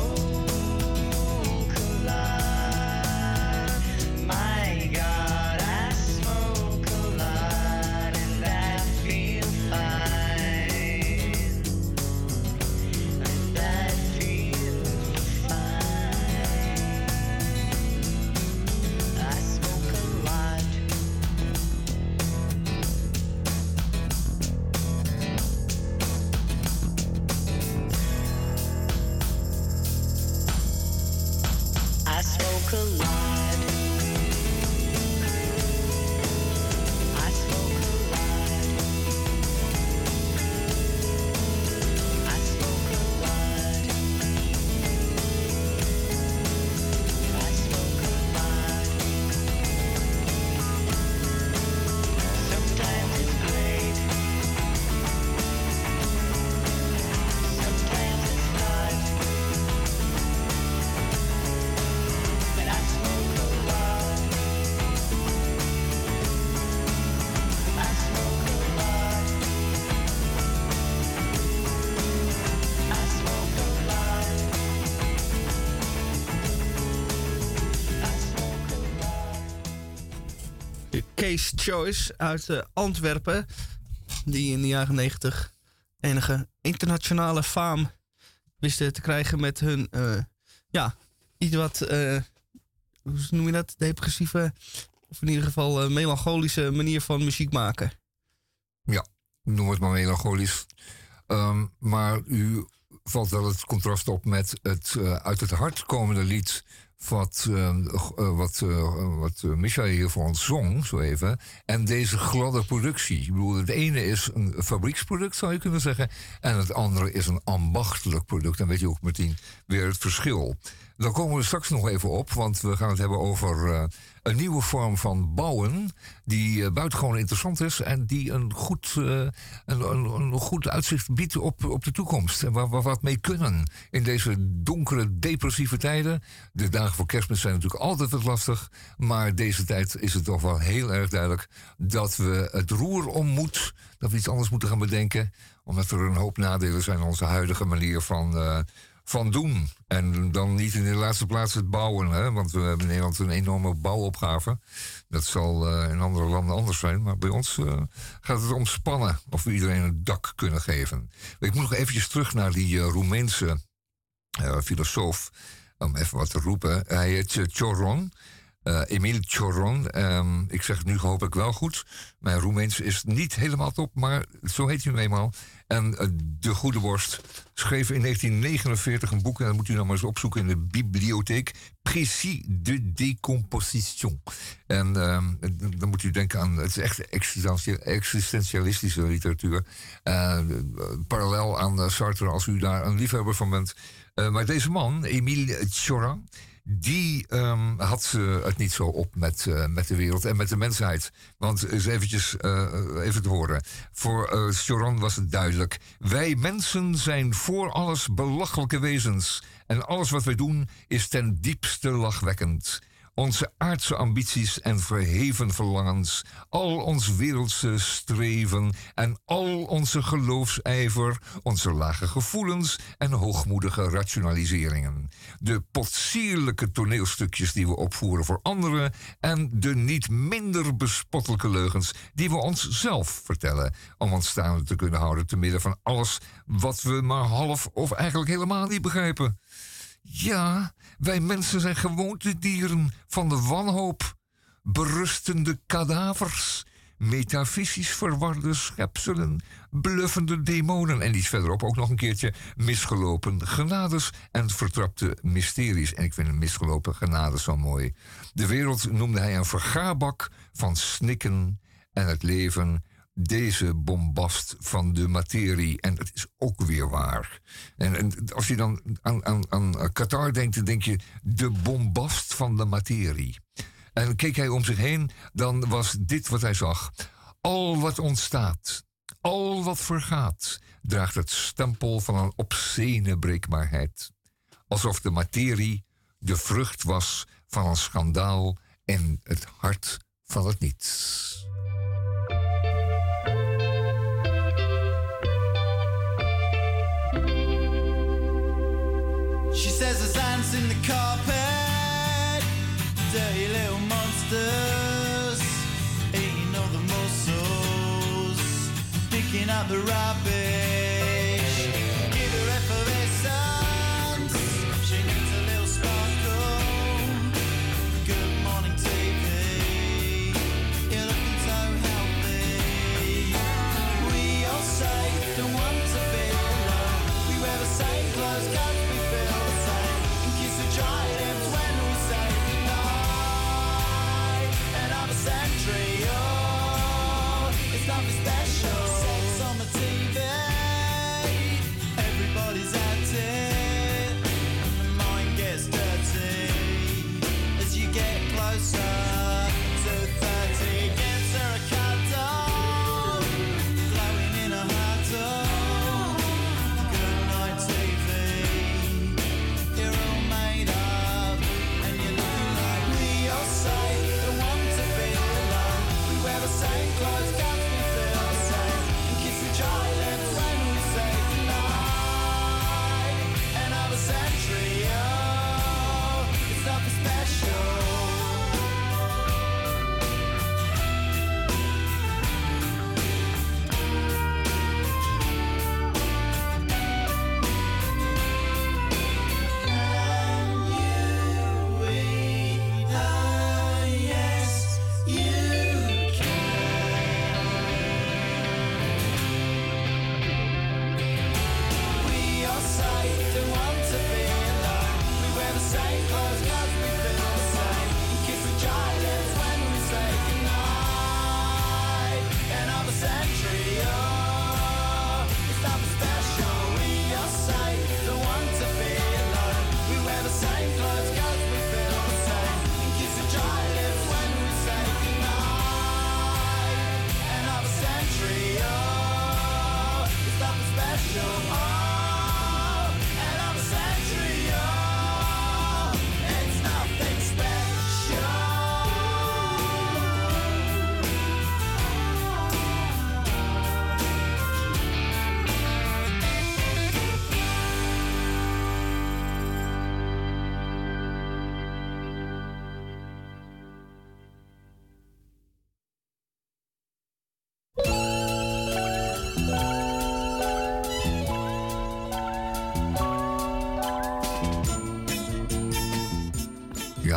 smoke a lot. My God, I smoke a lot, and I feel fine. And I feel fine. I smoke a lot. I smoke a lot. I smoke a lot. I smoke a lot. I smoke a lot. Sometimes it's great. Sometimes it's not. But I smoke a lot. I smoke a lot. I smoke a lot. I smoke a lot.
Case Choice uit uh, Antwerpen. Die in de jaren negentig enige internationale faam wisten te krijgen met hun, uh, ja, iets wat, uh, hoe noem je dat? Depressieve, of in ieder geval uh, melancholische manier van muziek maken.
Ja, noem het maar melancholisch. Um, maar u valt wel het contrast op met het uh, uit het hart komende lied wat, uh, uh, wat, uh, wat uh, Micha hier voor ons zong, zo even. En deze gladde productie. Ik bedoel, het ene is een fabrieksproduct, zou je kunnen zeggen. En het andere is een ambachtelijk product. Dan weet je ook meteen weer het verschil. Daar komen we straks nog even op, want we gaan het hebben over uh, een nieuwe vorm van bouwen die uh, buitengewoon interessant is en die een goed, uh, een, een, een goed uitzicht biedt op, op de toekomst. En waar we wat mee kunnen in deze donkere, depressieve tijden. De dagen voor Kerstmis zijn natuurlijk altijd wat lastig, maar deze tijd is het toch wel heel erg duidelijk dat we het roer om moet, dat we iets anders moeten gaan bedenken, omdat er een hoop nadelen zijn aan onze huidige manier van... Uh, van doen. En dan niet in de laatste plaats het bouwen. Hè? Want we hebben in Nederland een enorme bouwopgave. Dat zal uh, in andere landen anders zijn. Maar bij ons uh, gaat het om spannen. Of we iedereen een dak kunnen geven. Ik moet nog eventjes terug naar die uh, Roemeense uh, filosoof. Om even wat te roepen. Hij heet uh, Choron. Uh, Emile Cioran, um, ik zeg het nu hoop ik wel goed. Mijn Roemeens is niet helemaal top, maar zo heet hij nu eenmaal. En uh, De Goede Borst schreef in negentien negenenveertig een boek... en dat moet u nou maar eens opzoeken in de bibliotheek... Précis de décomposition. En um, dan moet u denken aan... het is echt existentialistische literatuur. Uh, parallel aan uh, Sartre, als u daar een liefhebber van bent. Uh, maar deze man, Emile Cioran... die um, had uh, het niet zo op met, uh, met de wereld en met de mensheid. Want eens eventjes, uh, even te horen. Voor uh, Cioran was het duidelijk. Wij mensen zijn voor alles belachelijke wezens. En alles wat wij doen is ten diepste lachwekkend. Onze aardse ambities en verheven verlangens, al ons wereldse streven en al onze geloofsijver, onze lage gevoelens en hoogmoedige rationaliseringen. De potsierlijke toneelstukjes die we opvoeren voor anderen en de niet minder bespottelijke leugens die we onszelf vertellen om ons staande te kunnen houden te midden van alles wat we maar half of eigenlijk helemaal niet begrijpen. Ja, wij mensen zijn gewoontedieren van de wanhoop, berustende kadavers, metafysisch verwarde schepselen, bluffende demonen en iets verderop ook nog een keertje misgelopen genades en vertrapte mysteries. En ik vind een misgelopen genades zo mooi. De wereld noemde hij een vergaarbak van snikken en het leven deze bombast van de materie. En dat is ook weer waar. En, en als je dan aan, aan, aan Qatar denkt, dan denk je de bombast van de materie. En keek hij om zich heen, dan was dit wat hij zag. Al wat ontstaat, al wat vergaat, draagt het stempel van een obscene breekbaarheid. Alsof de materie de vrucht was van een schandaal en het hart van het niets.
She says there's ants in the carpet, dirty little monsters, eating all the muscles, picking up the rubbish. Give her effervescence, she needs a little sparkle. Good morning T V, you're looking so healthy. We all say don't want to be alone, we wear the same clothes, cause we feel the same, and kiss the giants when we say goodnight. Another century, oh, it's nothing special. Sex on the T V.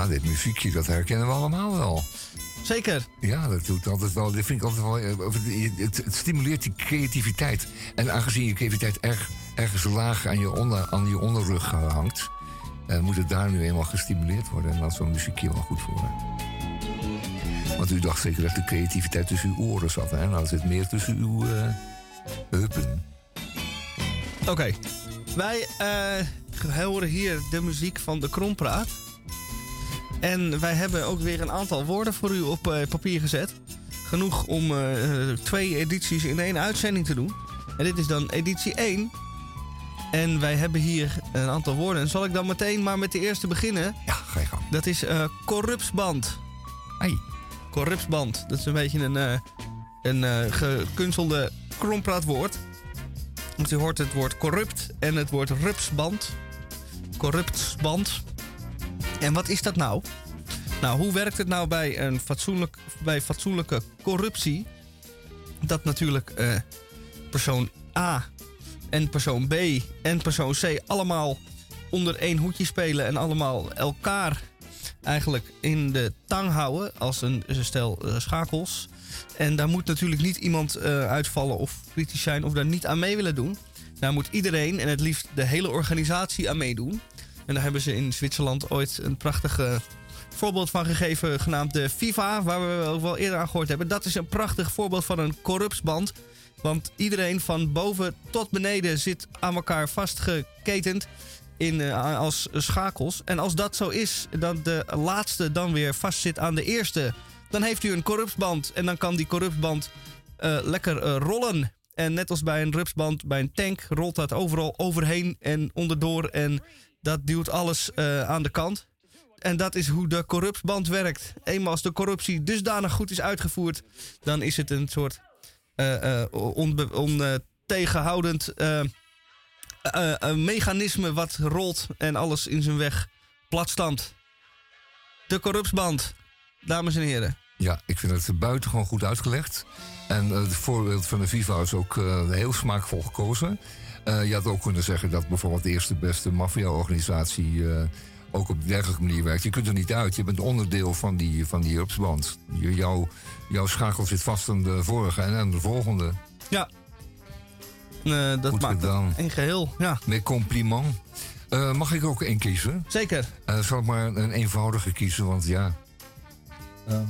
Ja, dit muziekje, dat herkennen we allemaal wel.
Zeker.
Ja, dat doet altijd wel. Dat vind ik altijd wel. eh, Het, het stimuleert die creativiteit. En aangezien je creativiteit erg, ergens laag aan je, onder, aan je onderrug eh, hangt, eh, moet het daar nu eenmaal gestimuleerd worden. En dan is zo'n muziekje wel goed voor. Want u dacht zeker dat de creativiteit tussen uw oren zat. Hè? Nou zit meer tussen uw eh, heupen.
Oké. Okay. Wij uh, horen hier de muziek van de Krompraat. En wij hebben ook weer een aantal woorden voor u op uh, papier gezet. Genoeg om uh, twee edities in één uitzending te doen. En dit is dan editie één. En wij hebben hier een aantal woorden. En zal ik dan meteen maar met de eerste beginnen?
Ja, ga je gang.
Dat is uh, corrupsband.
Hey.
Corrupsband. Dat is een beetje een, uh, een uh, gekunstelde Krompraatwoord. Want u hoort het woord corrupt en het woord rupsband. Corruptsband. En wat is dat nou? Nou, hoe werkt het nou bij, een fatsoenlijk, bij fatsoenlijke corruptie? Dat natuurlijk uh, persoon A en persoon B en persoon C allemaal onder één hoedje spelen en allemaal elkaar eigenlijk in de tang houden als een stel uh, schakels. En daar moet natuurlijk niet iemand uh, uitvallen of kritisch zijn of daar niet aan mee willen doen. Daar moet iedereen en het liefst de hele organisatie aan meedoen. En daar hebben ze in Zwitserland ooit een prachtig uh, voorbeeld van gegeven, genaamd de FIFA, waar we ook wel eerder aan gehoord hebben. Dat is een prachtig voorbeeld van een corrupsband. Want iedereen van boven tot beneden zit aan elkaar vastgeketend in, uh, als schakels. En als dat zo is, dat de laatste dan weer vastzit aan de eerste, dan heeft u een corrupsband. En dan kan die corrupsband uh, lekker uh, rollen. En net als bij een rupsband, bij een tank, rolt dat overal overheen en onderdoor. En dat duwt alles uh, aan de kant. En dat is hoe de corrupsband werkt. Eenmaal als de corruptie dusdanig goed is uitgevoerd, dan is het een soort uh, uh, ontegenhoudend uh, uh, uh, mechanisme wat rolt en alles in zijn weg platstampt. De corrupsband, dames en heren.
Ja, ik vind het buitengewoon goed uitgelegd. En uh, het voorbeeld van de FIFA is ook uh, heel smaakvol gekozen. Uh, je had ook kunnen zeggen dat bijvoorbeeld de eerste beste maffia-organisatie uh, ook op dergelijke manier werkt. Je kunt er niet uit, je bent onderdeel van die, van die rupsband. Je, jouw, jouw schakel zit vast aan de vorige en aan de volgende.
Ja, uh, dat
goed
maakt
gedaan.
een geheel. Ja.
Met compliment. Uh, mag ik ook één kiezen?
Zeker.
Uh, zal ik maar een eenvoudige kiezen, want ja... Um,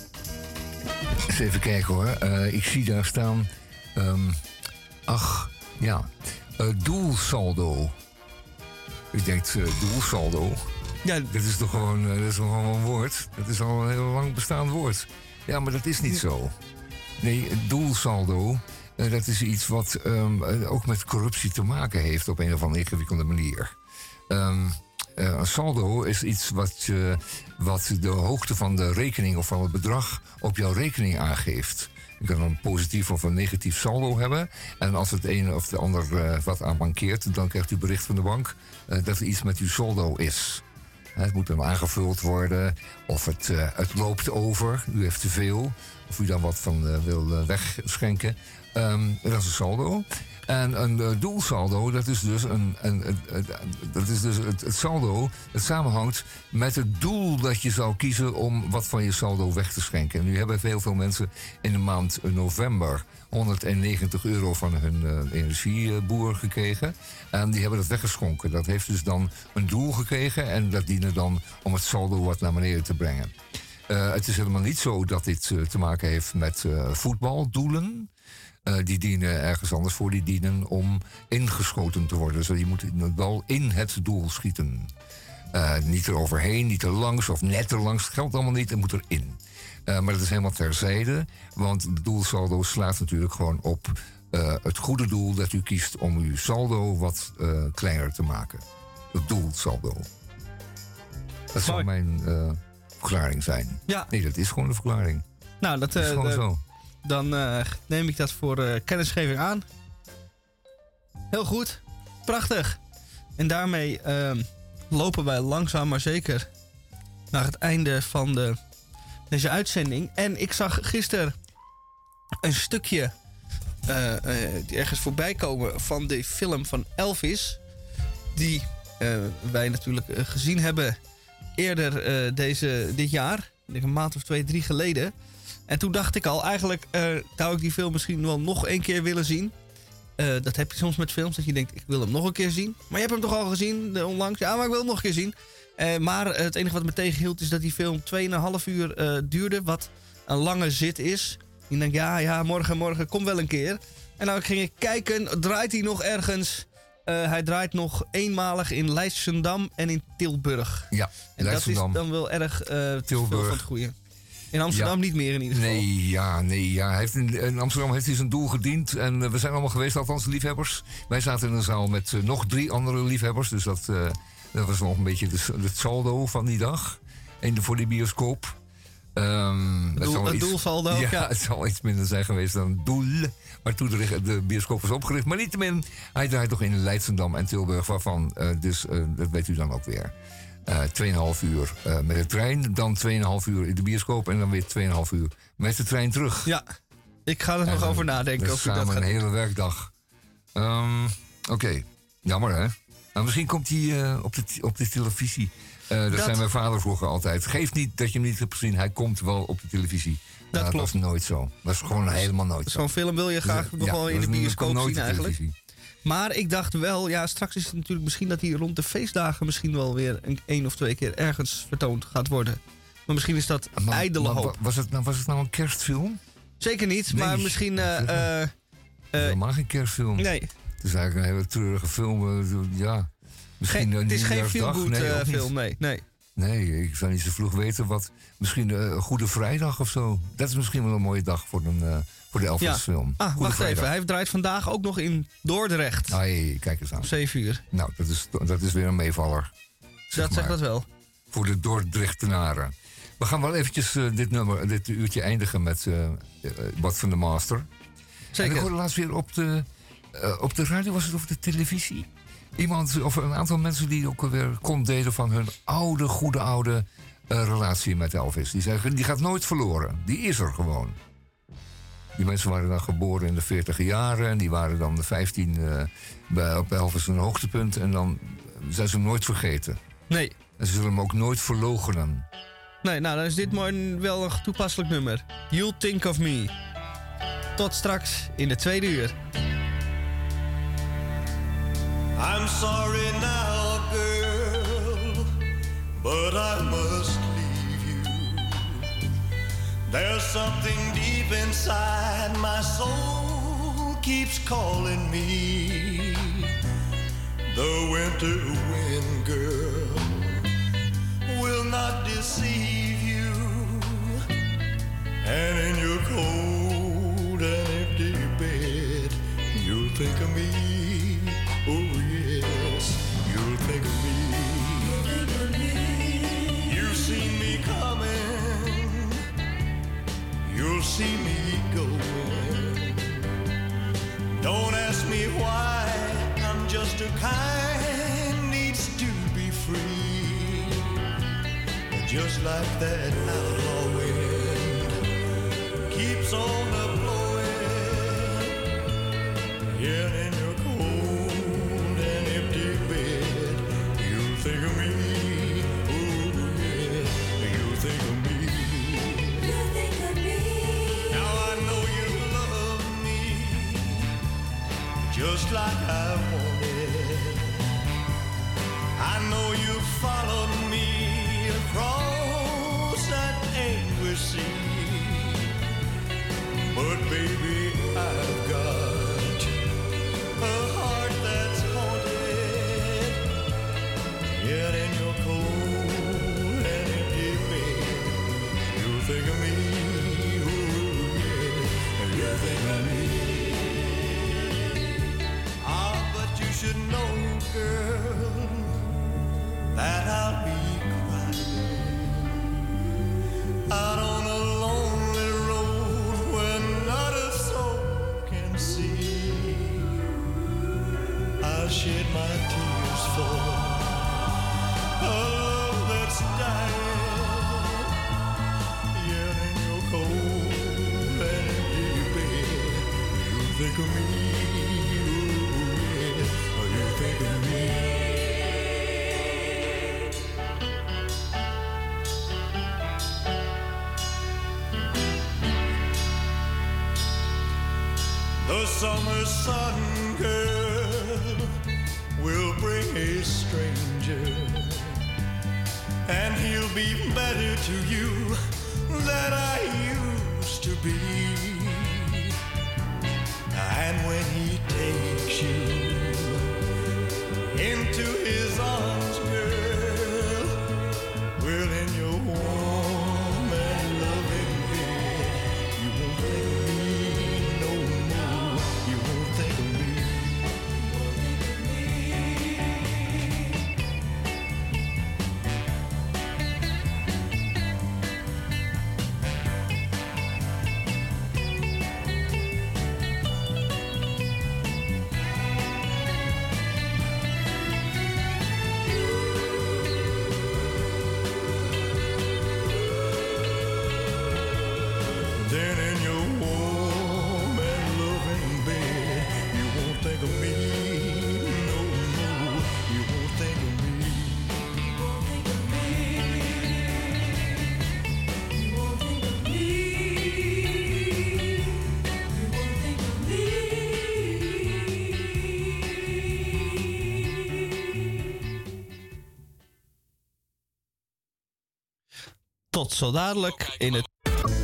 eens even kijken hoor. Uh, ik zie daar staan... Um, ach, ja... Uh, doelsaldo. Ik denk, uh, doelsaldo.
Ja.
Dat is toch gewoon, uh, dat is toch gewoon een woord. Dat is al een heel lang bestaand woord. Ja, maar dat is niet zo. Nee, doelsaldo, uh, dat is iets wat um, uh, ook met corruptie te maken heeft op een of andere ingewikkelde manier. Um, uh, een saldo is iets wat, uh, wat de hoogte van de rekening of van het bedrag op jouw rekening aangeeft. Je kan een positief of een negatief saldo hebben. En als het een of de ander uh, wat aan mankeert, dan krijgt u bericht van de bank uh, dat er iets met uw saldo is. Het moet dan aangevuld worden, of het, uh, het loopt over, u heeft te veel, of u dan wat van uh, wil uh, wegschenken. Um, dat is een saldo. En een uh, doelsaldo, dat is dus, een, een, een, een, dat is dus het, het saldo, het samenhangt met het doel dat je zou kiezen om wat van je saldo weg te schenken. En nu hebben heel veel mensen in de maand november honderdnegentig euro van hun uh, energieboer gekregen. En die hebben dat weggeschonken. Dat heeft dus dan een doel gekregen en dat diende dan om het saldo wat naar beneden te brengen. Uh, het is helemaal niet zo dat dit uh, te maken heeft met uh, voetbaldoelen. Uh, die dienen ergens anders voor. Die dienen om ingeschoten te worden. Dus je moet het bal in het doel schieten. Uh, niet er overheen, niet er langs of net er langs. Het geldt allemaal niet, het moet erin. Uh, maar dat is helemaal terzijde. Want het doelsaldo slaat natuurlijk gewoon op uh, het goede doel dat u kiest om uw saldo wat uh, kleiner te maken. Het doelsaldo. Dat zou mijn uh, verklaring zijn.
Ja.
Nee, dat is gewoon een verklaring.
Nou, dat,
dat is
uh,
gewoon
de,
zo.
Dan uh, neem ik dat voor uh, kennisgeving aan. Heel goed. Prachtig. En daarmee uh, lopen wij langzaam maar zeker naar het einde van de, deze uitzending. En ik zag gisteren een stukje uh, uh, ergens voorbij komen van de film van Elvis. Die uh, wij natuurlijk uh, gezien hebben eerder uh, deze, dit jaar. Ik denk een maand of twee, drie geleden. En toen dacht ik al, eigenlijk uh, zou ik die film misschien wel nog een keer willen zien. Uh, dat heb je soms met films, dat je denkt, ik wil hem nog een keer zien. Maar je hebt hem toch al gezien, uh, onlangs? Ja, maar ik wil hem nog een keer zien. Uh, maar uh, het enige wat me tegenhield is dat die film twee en een half uur uh, duurde. Wat een lange zit is. Je denkt, ja, ja, morgen, morgen, kom wel een keer. En nou ging ik kijken, draait hij nog ergens? Uh, hij draait nog eenmalig in Leidschendam en in Tilburg.
Ja,
en dat is dan wel erg uh, Tilburg van het goede. In Amsterdam ja. niet meer in ieder geval.
Nee, ja, nee, ja. Hij heeft in, in Amsterdam heeft hij zijn doel gediend. En uh, we zijn allemaal geweest, althans liefhebbers. Wij zaten in een zaal met uh, nog drie andere liefhebbers. Dus dat, uh, dat was nog een beetje de, het saldo van die dag. En voor die bioscoop. Um,
doel, een
iets,
doelsaldo?
Ja,
ja,
het zal iets minder zijn geweest dan doel. Maar toen de, de bioscoop was opgericht. Maar niettemin, hij draait toch in Leidschendam en Tilburg. Waarvan, uh, dus uh, dat weet u dan ook weer. Uh, tweeënhalf uur uh, met de trein. Dan tweeënhalf uur in de bioscoop. En dan weer tweeënhalf uur met de trein terug.
Ja, ik ga er en nog over nadenken.
Dat is samen dat een hele werkdag. Um, Oké, okay. Jammer hè. Nou, misschien komt hij uh, op, de, op de televisie. Uh, dat, dat zei mijn vader vroeger altijd. Geef niet dat je hem niet hebt gezien. Hij komt wel op de televisie.
Dat
uh,
klopt.
Dat was nooit zo. Dat is gewoon helemaal nooit zo.
Zo'n film wil je graag dus, nog ja, wel in de bioscoop zien eigenlijk.
Televisie.
Maar ik dacht wel, ja, straks is het natuurlijk misschien dat hij rond de feestdagen misschien wel weer een, één of twee keer ergens vertoond gaat worden. Maar misschien is dat
maar,
ijdele
maar,
hoop.
Was het, nou, was het nou een kerstfilm?
Zeker niet, nee. maar misschien... Uh, uh, uh,
helemaal geen kerstfilm.
Nee.
Het is eigenlijk een hele treurige film. Uh, ja, misschien
geen,
een
het is geen feel-good
nee,
uh, film, nee, nee.
Nee, ik zou niet zo vroeg weten wat... Misschien uh, een Goede Vrijdag of zo. Dat is misschien wel een mooie dag voor, een, uh, voor de Elvis-film.
Ja. Ah,
Goede
wacht
Vrijdag.
even. Hij draait vandaag ook nog in Dordrecht.
Ah, hey, kijk eens aan.
Zeven uur.
Nou, dat is, dat is weer een meevaller.
Zeg dat zegt dat wel.
Voor de Dordrechtenaren. We gaan wel eventjes uh, dit, nummer, dit uurtje eindigen met uh, uh, wat van de Master.
Zeker.
En ik hoorde laatst weer op de, uh, op de radio, was het of de televisie... Iemand, of een aantal mensen die ook weer kont deden van hun oude, goede oude uh, relatie met Elvis. Die zeggen, die gaat nooit verloren. Die is er gewoon. Die mensen waren dan geboren in de veertiger jaren. En die waren dan de vijftien uh, bij, op Elvis een hoogtepunt. En dan zijn ze hem nooit vergeten.
Nee.
En ze zullen hem ook nooit verloochenen.
Nee, nou dan is dit mooi wel een toepasselijk nummer. You'll Think of Me. Tot straks in de tweede uur.
I'm sorry now, girl, but I must leave you. There's something deep inside my soul keeps calling me. The winter wind, girl, will not deceive you. And in your cold and empty bed, you'll think of me. Oh yes, you'll think of me. You'll think of me. You've seen me coming. You'll see me going. Don't ask me why. I'm just a kind needs to be free. Just like that outlaw wind keeps on a blowing. Yeah, in your think of me, oh yeah, you think of me. You think of me. Now I know you love me, just like I wanted. I know you followed me across that anguish sea. But baby, I've got a heart that's haunted. Yet in your cold and empty bed, you think of me, ooh yeah, you think of me. Ah, but you should know, girl, that I'll be crying out on a lonely road where not a soul can see. I'll shed my tears for a love that's dying, yet in your cold and empty bed, you think of me, ooh yeah, you think of me. The summer sun, girl, will bring a stranger, and he'll be better to you than I used to be. And when he takes you into his arms, girl, well, in your warm and loving bed, you won't think of me no more. You won't think of me. Then in your warm and loving bed, you won't think of me no more. You won't think of me. You won't think of me. You won't think of me. You won't think of me.
Tot zo dadelijk in het...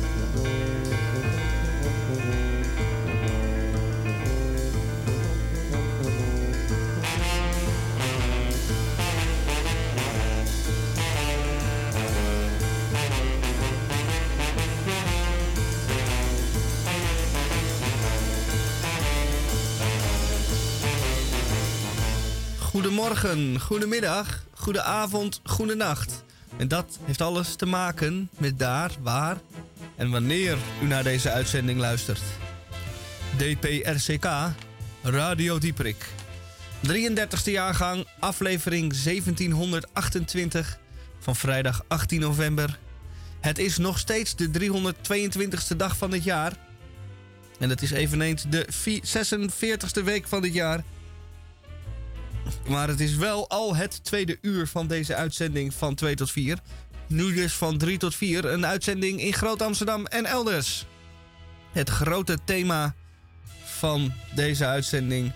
Goedemorgen, goedemiddag, goedenavond, goedenacht. En dat heeft alles te maken met daar, waar en wanneer u naar deze uitzending luistert. D P R C K, Radio Dieperik. drieëndertigste jaargang, aflevering zeventienhonderdachtentwintig van vrijdag achttien november. Het is nog steeds de driehonderdtweeëntwintigste dag van dit jaar. En het is eveneens de zesenveertigste week van dit jaar. Maar het is wel al het tweede uur van deze uitzending van twee tot vier. Nu dus van drie tot vier een uitzending in Groot Amsterdam en elders. Het grote thema van deze uitzending.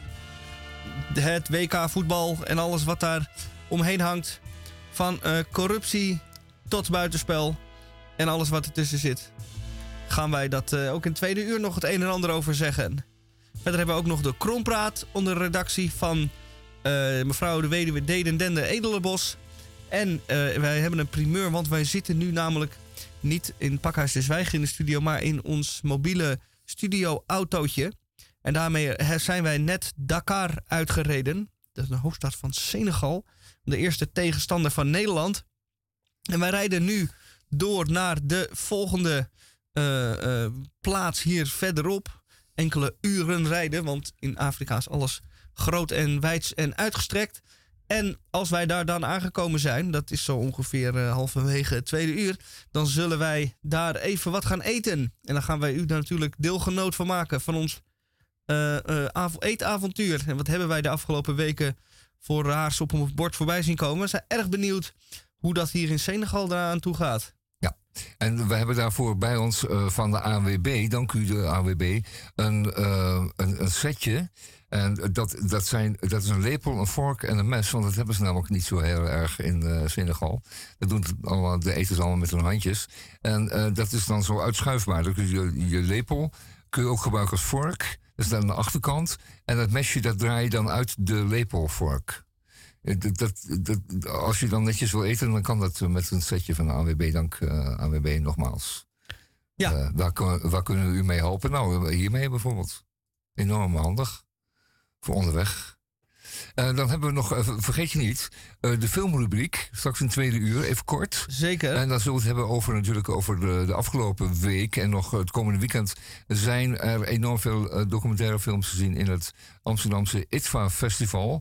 Het W K voetbal en alles wat daar omheen hangt. Van uh, corruptie tot buitenspel en alles wat ertussen zit. Gaan wij dat uh, ook in het tweede uur nog het een en ander over zeggen. Verder hebben we ook nog de Krompraat onder redactie van... Uh, mevrouw de weduwe Deden Dende Edelenbos. En uh, wij hebben een primeur, want wij zitten nu namelijk niet in Pakhuis de Zwijger in de studio, maar in ons mobiele studio-autootje. En daarmee zijn wij net Dakar uitgereden. Dat is de hoofdstad van Senegal. De eerste tegenstander van Nederland. En wij rijden nu door naar de volgende uh, uh, plaats hier verderop. Enkele uren rijden, want in Afrika is alles groot en wijds en uitgestrekt. En als wij daar dan aangekomen zijn, dat is zo ongeveer uh, halverwege het tweede uur, dan zullen wij daar even wat gaan eten. En dan gaan wij u daar natuurlijk deelgenoot van maken van ons uh, uh, av- eetavontuur. En wat hebben wij de afgelopen weken voor raars op ons bord voorbij zien komen. We zijn erg benieuwd hoe dat hier in Senegal eraan toe gaat.
Ja, en we hebben daarvoor bij ons uh, van de A W B, dank u de A W B, een, uh, een, een setje. En dat, dat, zijn, dat is een lepel, een vork en een mes. Want dat hebben ze namelijk niet zo heel erg in uh, Senegal. Dat doen het allemaal, de eten ze allemaal met hun handjes. En uh, dat is dan zo uitschuifbaar. Dan kun je, je lepel kun je ook gebruiken als vork. Dat is dan aan de achterkant. En dat mesje dat draai je dan uit de lepelvork. Dat, dat, dat, als je dan netjes wil eten, dan kan dat met een setje van de A W B. Dank uh, A W B nogmaals.
Ja.
Uh, waar, waar kunnen we u mee helpen? Nou, hiermee bijvoorbeeld. Enorm handig. Voor onderweg. Uh, dan hebben we nog, uh, vergeet je niet, uh, de filmrubriek. Straks een tweede uur, even kort.
Zeker.
En dan zullen we het hebben over natuurlijk over de, de afgelopen week. En nog het komende weekend zijn er enorm veel uh, documentaire films te zien in het Amsterdamse I T V A Festival.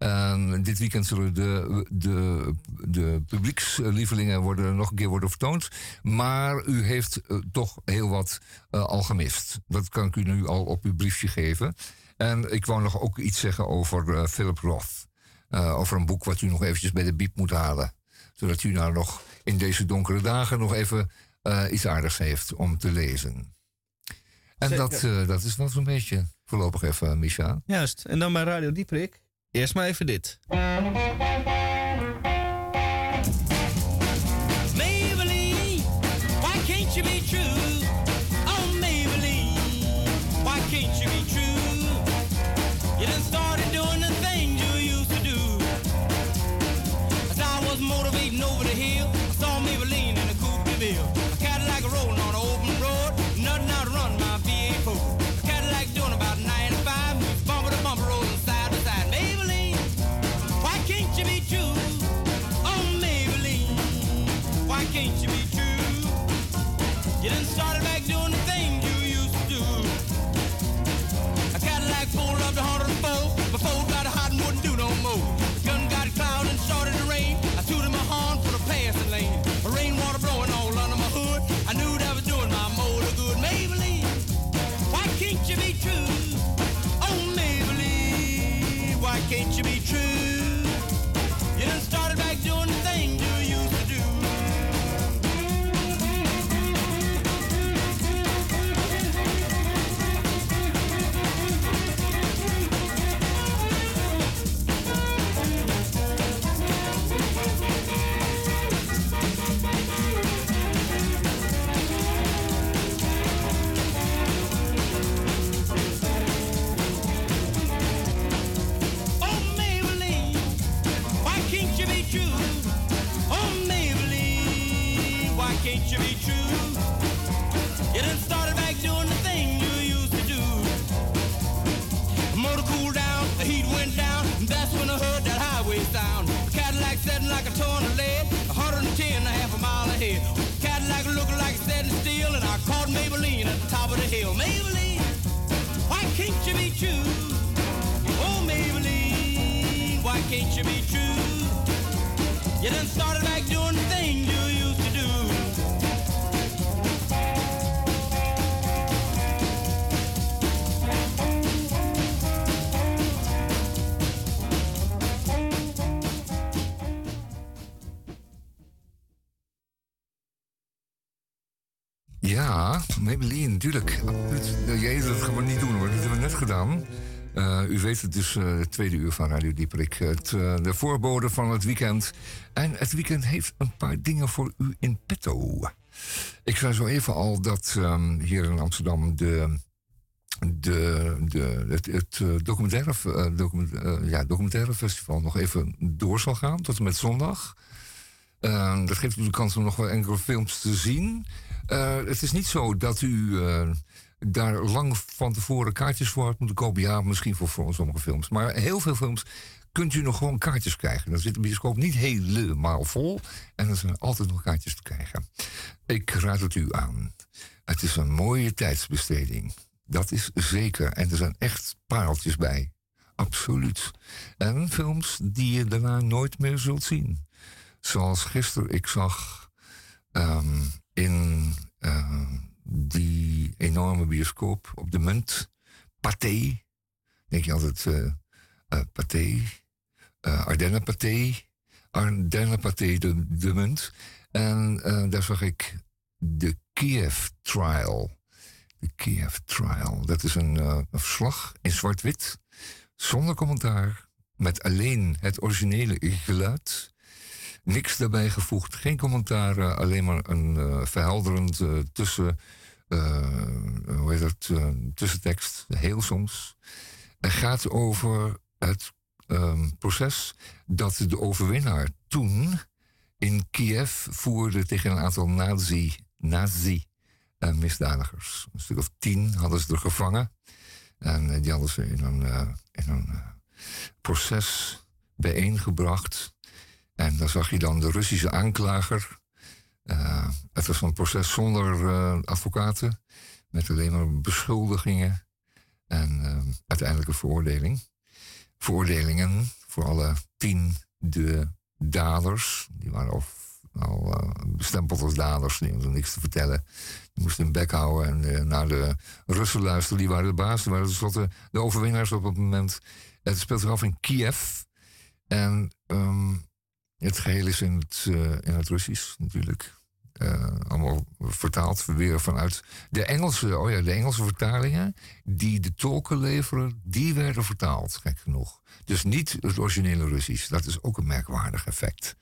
En dit weekend zullen de, de, de publiekslievelingen worden, nog een keer worden vertoond. Maar u heeft uh, toch heel wat uh, al gemist. Dat kan ik u nu al op uw briefje geven. En ik wou nog ook iets zeggen over uh, Philip Roth. Uh, over een boek wat u nog eventjes bij de biep moet halen. Zodat u nou nog in deze donkere dagen nog even uh, iets aardigs heeft om te lezen. En
Zeker.
dat, uh, dat is nog zo'n beetje voorlopig even, uh, Misha.
Juist. En dan bij Radio Dieprik. Eerst maar even dit.
Maybelline, why can't you be true? Oh, Maybelline, why can't you be true? You done started doing the things you used to do. As I was motivating over the hill, I saw Maybelline in a coupe de ville. A Cadillac rolling on an open road, nothing out to run my V eight four. A Cadillac doing about ninety-five, bumper to bumper rolling side to side. Maybelline, why can't you be true? Oh, Maybelline, why can't you be true? You done started back doing the things you used to do. A Cadillac pulled up to one oh four, before it got hot and wouldn't do no more. The gun got cloud and started to rain. I tooted my horn for the passing lane. The rainwater blowing all under my hood. I knew that was doing my motor good. Maybelline, why can't you be true? Oh, Maybelline, why can't you be true? You done started back doing the thing you used to do. Oh, Maybelline, why can't you be true? Oh, Maybelline, why can't you be true? You done started back doing the thing you used to do. The motor cooled down, the heat went down, and that's when I heard that highway sound. The Cadillac setting like a ton of lead, one hundred ten and a half a mile ahead. Cadillac looking like it's setting still, and I caught Maybelline at the top of the hill. Maybelline, why can't you be true? Oh, Maybelline, why can't you be true? You done started back doing the thing you used to do.
Ja, Maybelline, natuurlijk. Absoluut. Jezus, dat gaan we niet doen hoor. Dat hebben we net gedaan. Uh, u weet het dus, uh, het tweede uur van Radio Dieprik. Het, uh, de voorbode van het weekend. En het weekend heeft een paar dingen voor u in petto. Ik zei zo even al dat um, hier in Amsterdam de, de, de, het, het uh, documentaire, uh, document, uh, ja, documentaire festival nog even door zal gaan. Tot en met zondag. Uh, dat geeft u de kans om nog wel enkele films te zien. Uh, het is niet zo dat u uh, daar lang van tevoren kaartjes voor had moeten kopen. Ja, misschien voor, voor sommige films. Maar heel veel films kunt u nog gewoon kaartjes krijgen. Dan zit de bioscoop niet helemaal vol. En er zijn altijd nog kaartjes te krijgen. Ik raad het u aan. Het is een mooie tijdsbesteding. Dat is zeker. En er zijn echt pareltjes bij. Absoluut. En films die je daarna nooit meer zult zien. Zoals gisteren ik zag um, in uh, die enorme bioscoop op de Munt. Pathé. Denk je altijd uh, uh, Pathé. Uh, Ardennen Pathé. Ardennen Pathé de, de Munt. En uh, daar zag ik de Kiev Trial. De Kiev Trial. Dat is een, uh, een verslag in zwart-wit. Zonder commentaar. Met alleen het originele geluid. Niks daarbij gevoegd, geen commentaar, uh, alleen maar een uh, verhelderend uh, tussen, uh, hoe heet dat, uh, tussentekst, heel soms. Het gaat over het um, proces dat de overwinnaar toen in Kiev voerde tegen een aantal nazi, nazi uh, misdadigers. Een stuk of tien hadden ze er gevangen. En uh, die hadden ze in een, uh, in een uh, proces bijeengebracht. En dan zag je dan de Russische aanklager. Uh, het was een proces zonder uh, advocaten. Met alleen maar beschuldigingen. En uh, uiteindelijk een veroordeling. Veroordelingen voor alle tien de daders. Die waren al, al uh, bestempeld als daders. Die hadden niks te vertellen. Die moesten hun bek houden en uh, naar de Russen luisteren. Die waren de baas. Die waren tenslotte de overwinnaars op het moment. Het speelt zich af in Kiev. En... Um, Het geheel is in het, uh, in het Russisch natuurlijk. uh, allemaal vertaald weer vanuit de Engelse, oh ja, de Engelse vertalingen die de tolken leveren, die werden vertaald, gek genoeg. Dus niet het originele Russisch. Dat is ook een merkwaardig effect.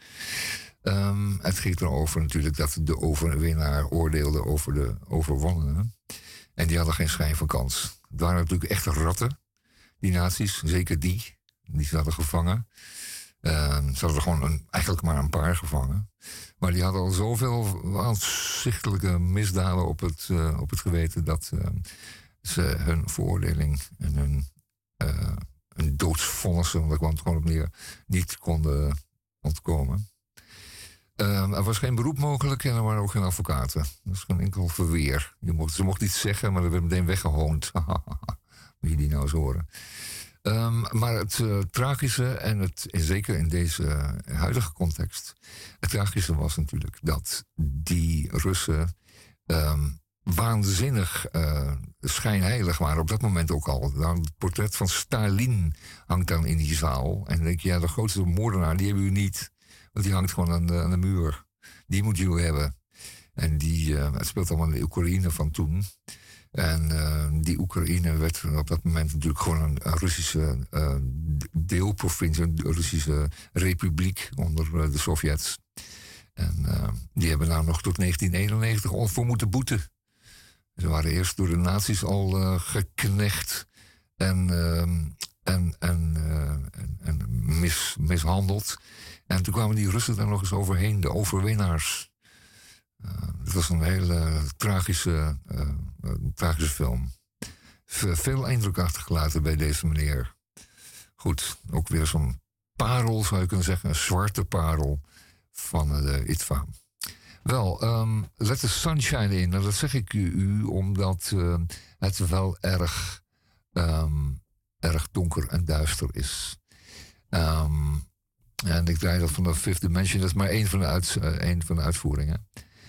Um, het ging erover natuurlijk dat de overwinnaar oordeelde over de overwonnenen. En die hadden geen schijn van kans. Het waren natuurlijk echte ratten, die nazi's, zeker die. Die ze hadden gevangen. Uh, ze hadden er gewoon een, eigenlijk maar een paar gevangen. Maar die hadden al zoveel aanzichtelijke misdaden op het, uh, op het geweten dat uh, ze hun veroordeling en hun, uh, hun doodsvonnissen, want daar kwam het gewoon op neer, niet konden ontkomen. Uh, er was geen beroep mogelijk en er waren ook geen advocaten. Dat is geen enkel verweer. Je mocht, ze mocht iets zeggen, maar dat werd meteen weggehoond. Moet je die nou eens horen. Um, maar het uh, tragische, en het, zeker in deze uh, huidige context, het tragische was natuurlijk dat die Russen um, waanzinnig uh, schijnheilig waren. Op dat moment ook al. Nou, het portret van Stalin hangt dan in die zaal. En dan denk je, ja, de grootste moordenaar, die hebben u niet. Want die hangt gewoon aan de, aan de muur. Die moet u hebben. En die, uh, het speelt allemaal in de Oekraïne van toen. En uh, die Oekraïne werd op dat moment natuurlijk gewoon een, een Russische uh, deelprovincie, een Russische republiek onder uh, de Sovjets. En uh, die hebben nou nog tot negentien eenennegentig voor moeten boeten. Ze waren eerst door de nazi's al uh, geknecht en, uh, en, en, uh, en, en mis, mishandeld. En toen kwamen die Russen daar nog eens overheen, de overwinnaars. Uh, het was een hele tragische, uh, uh, tragische film. V- veel indruk achtergelaten bij deze meneer. Goed, ook weer zo'n parel zou je kunnen zeggen, een zwarte parel van de I T V A. Wel, um, let the sunshine in. Nou, dat zeg ik u, u omdat uh, het wel erg, um, erg donker en duister is. Um, en ik draai dat van de Fifth Dimension, dat is maar één van de, uit, uh, één van de uitvoeringen.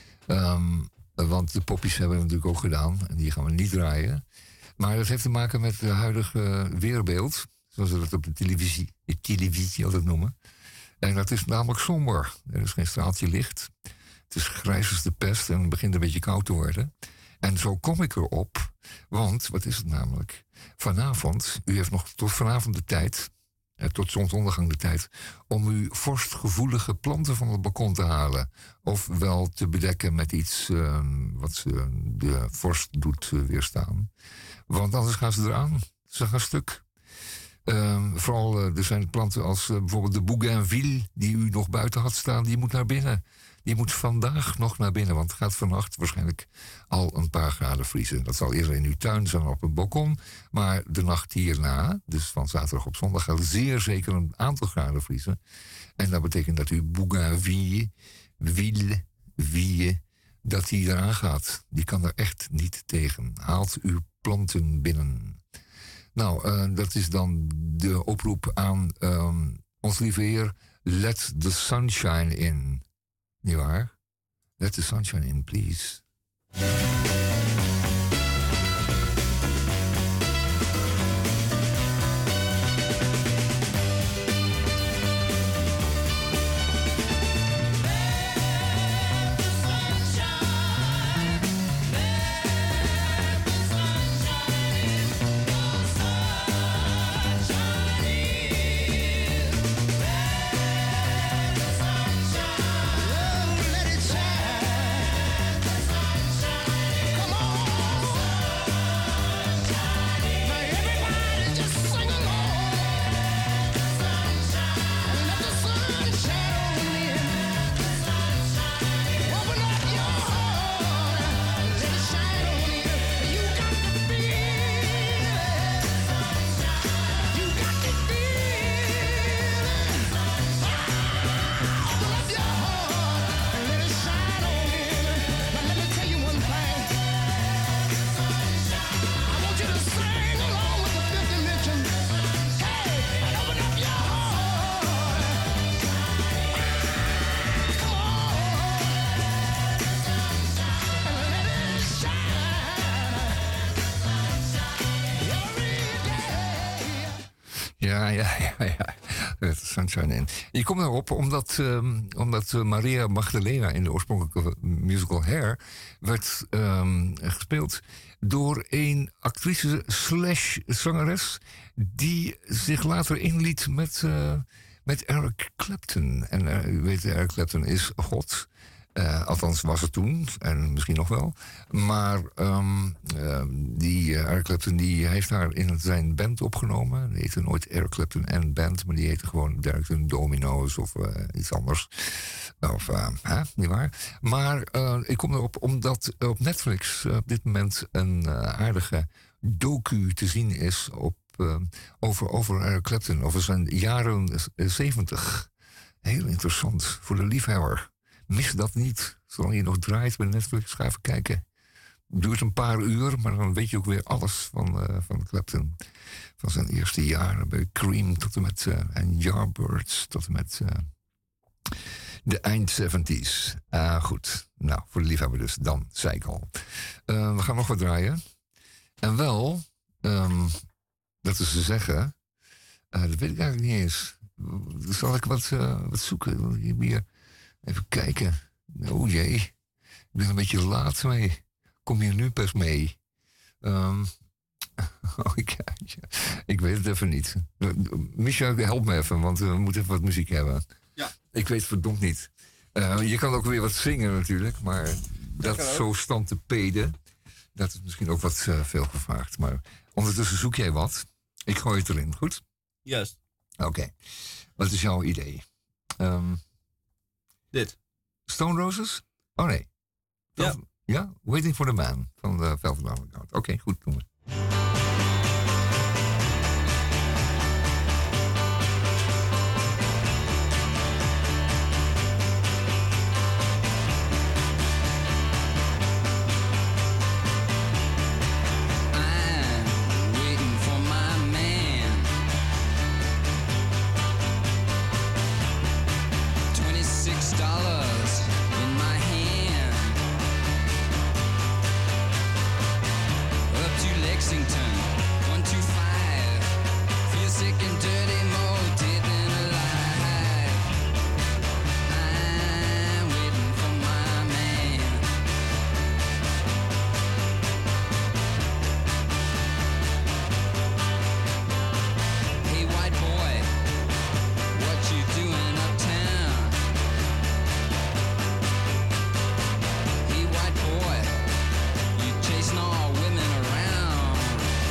Um, want de poppies hebben we natuurlijk ook gedaan. En die gaan we niet draaien. Maar dat heeft te maken met het huidige weerbeeld. Zoals we dat op de televisie, de televisie altijd noemen. En dat is namelijk somber. Er is geen straaltje licht. Het is grijs als de pest en het begint een beetje koud te worden. En zo kom ik erop. Want, wat is het namelijk? Vanavond, u heeft nog tot vanavond de tijd, tot zonsondergang de tijd, om uw vorstgevoelige planten van het balkon te halen. Ofwel te bedekken met iets uh, wat uh, de vorst doet uh, weerstaan. Want anders gaan ze eraan. Ze gaan stuk. Uh, vooral, uh, er zijn planten als uh, bijvoorbeeld de bougainville, die u nog buiten had staan, die moet naar binnen. Die moet vandaag nog naar binnen, want het gaat vannacht waarschijnlijk al een paar graden vriezen. Dat zal eerst in uw tuin zijn op het balkon, maar de nacht hierna, dus van zaterdag op zondag, gaat zeer zeker een aantal graden vriezen. En dat betekent dat uw bougainville, ville, ville, dat die eraan gaat. Die kan er echt niet tegen. Haalt uw planten binnen. Nou, uh, dat is dan de oproep aan um, ons lieve Heer. Let the sunshine in. Niet waar? Let the sunshine in, please. Ja, ja, ja, ja. Let the sunshine in. Je komt erop omdat, um, omdat uh, Maria Magdalena in de oorspronkelijke musical Hair werd um, gespeeld door een actrice slash zangeres die zich later inliet met, uh, met Eric Clapton. En uh, u weet, Eric Clapton is God. Uh, althans was het toen, en misschien nog wel. Maar um, uh, die uh, Eric Clapton die heeft haar in zijn band opgenomen. Die heette nooit Eric Clapton en band, maar die heette gewoon Derek Domino's of uh, iets anders. Of, uh, hè, niet waar? Maar uh, ik kom erop omdat op Netflix uh, op dit moment een uh, aardige docu te zien is op, uh, over, over Eric Clapton, over zijn jaren zeventig. Heel interessant voor de liefhebber. Mis dat niet. Zolang je nog draait bij Netflix, ga even kijken. Het duurt een paar uur, maar dan weet je ook weer alles van, uh, van Clapton. Van zijn eerste jaren bij Cream tot en met uh, en Yardbirds tot en met uh, de eind zeventig's. Uh, goed, nou, voor de liefhebber dus, dan zei ik al. Uh, we gaan nog wat draaien. En wel, um, dat is te zeggen, uh, dat weet ik eigenlijk niet eens. Zal ik wat, uh, wat zoeken? Hier. Even kijken. Oh jee. Ik ben een beetje laat mee. Kom je nu pas mee? Um, oh, ik, ik weet het even niet. Micha, help me even, want we moeten even wat muziek hebben.
Ja.
Ik weet het verdomd niet. Uh, je kan ook weer wat zingen natuurlijk, maar dat, dat zo stand te peden, dat is misschien ook wat uh, veel gevraagd. Maar ondertussen zoek jij wat. Ik gooi het erin, goed?
Juist.
Oké. Okay. Wat is jouw idee? Um,
Dit.
Stone Roses? Oh nee.
Ja.
Ja? Waiting for the Man van de Velvet Underground. Oké, okay, goed, doen we.
Chasing all women around.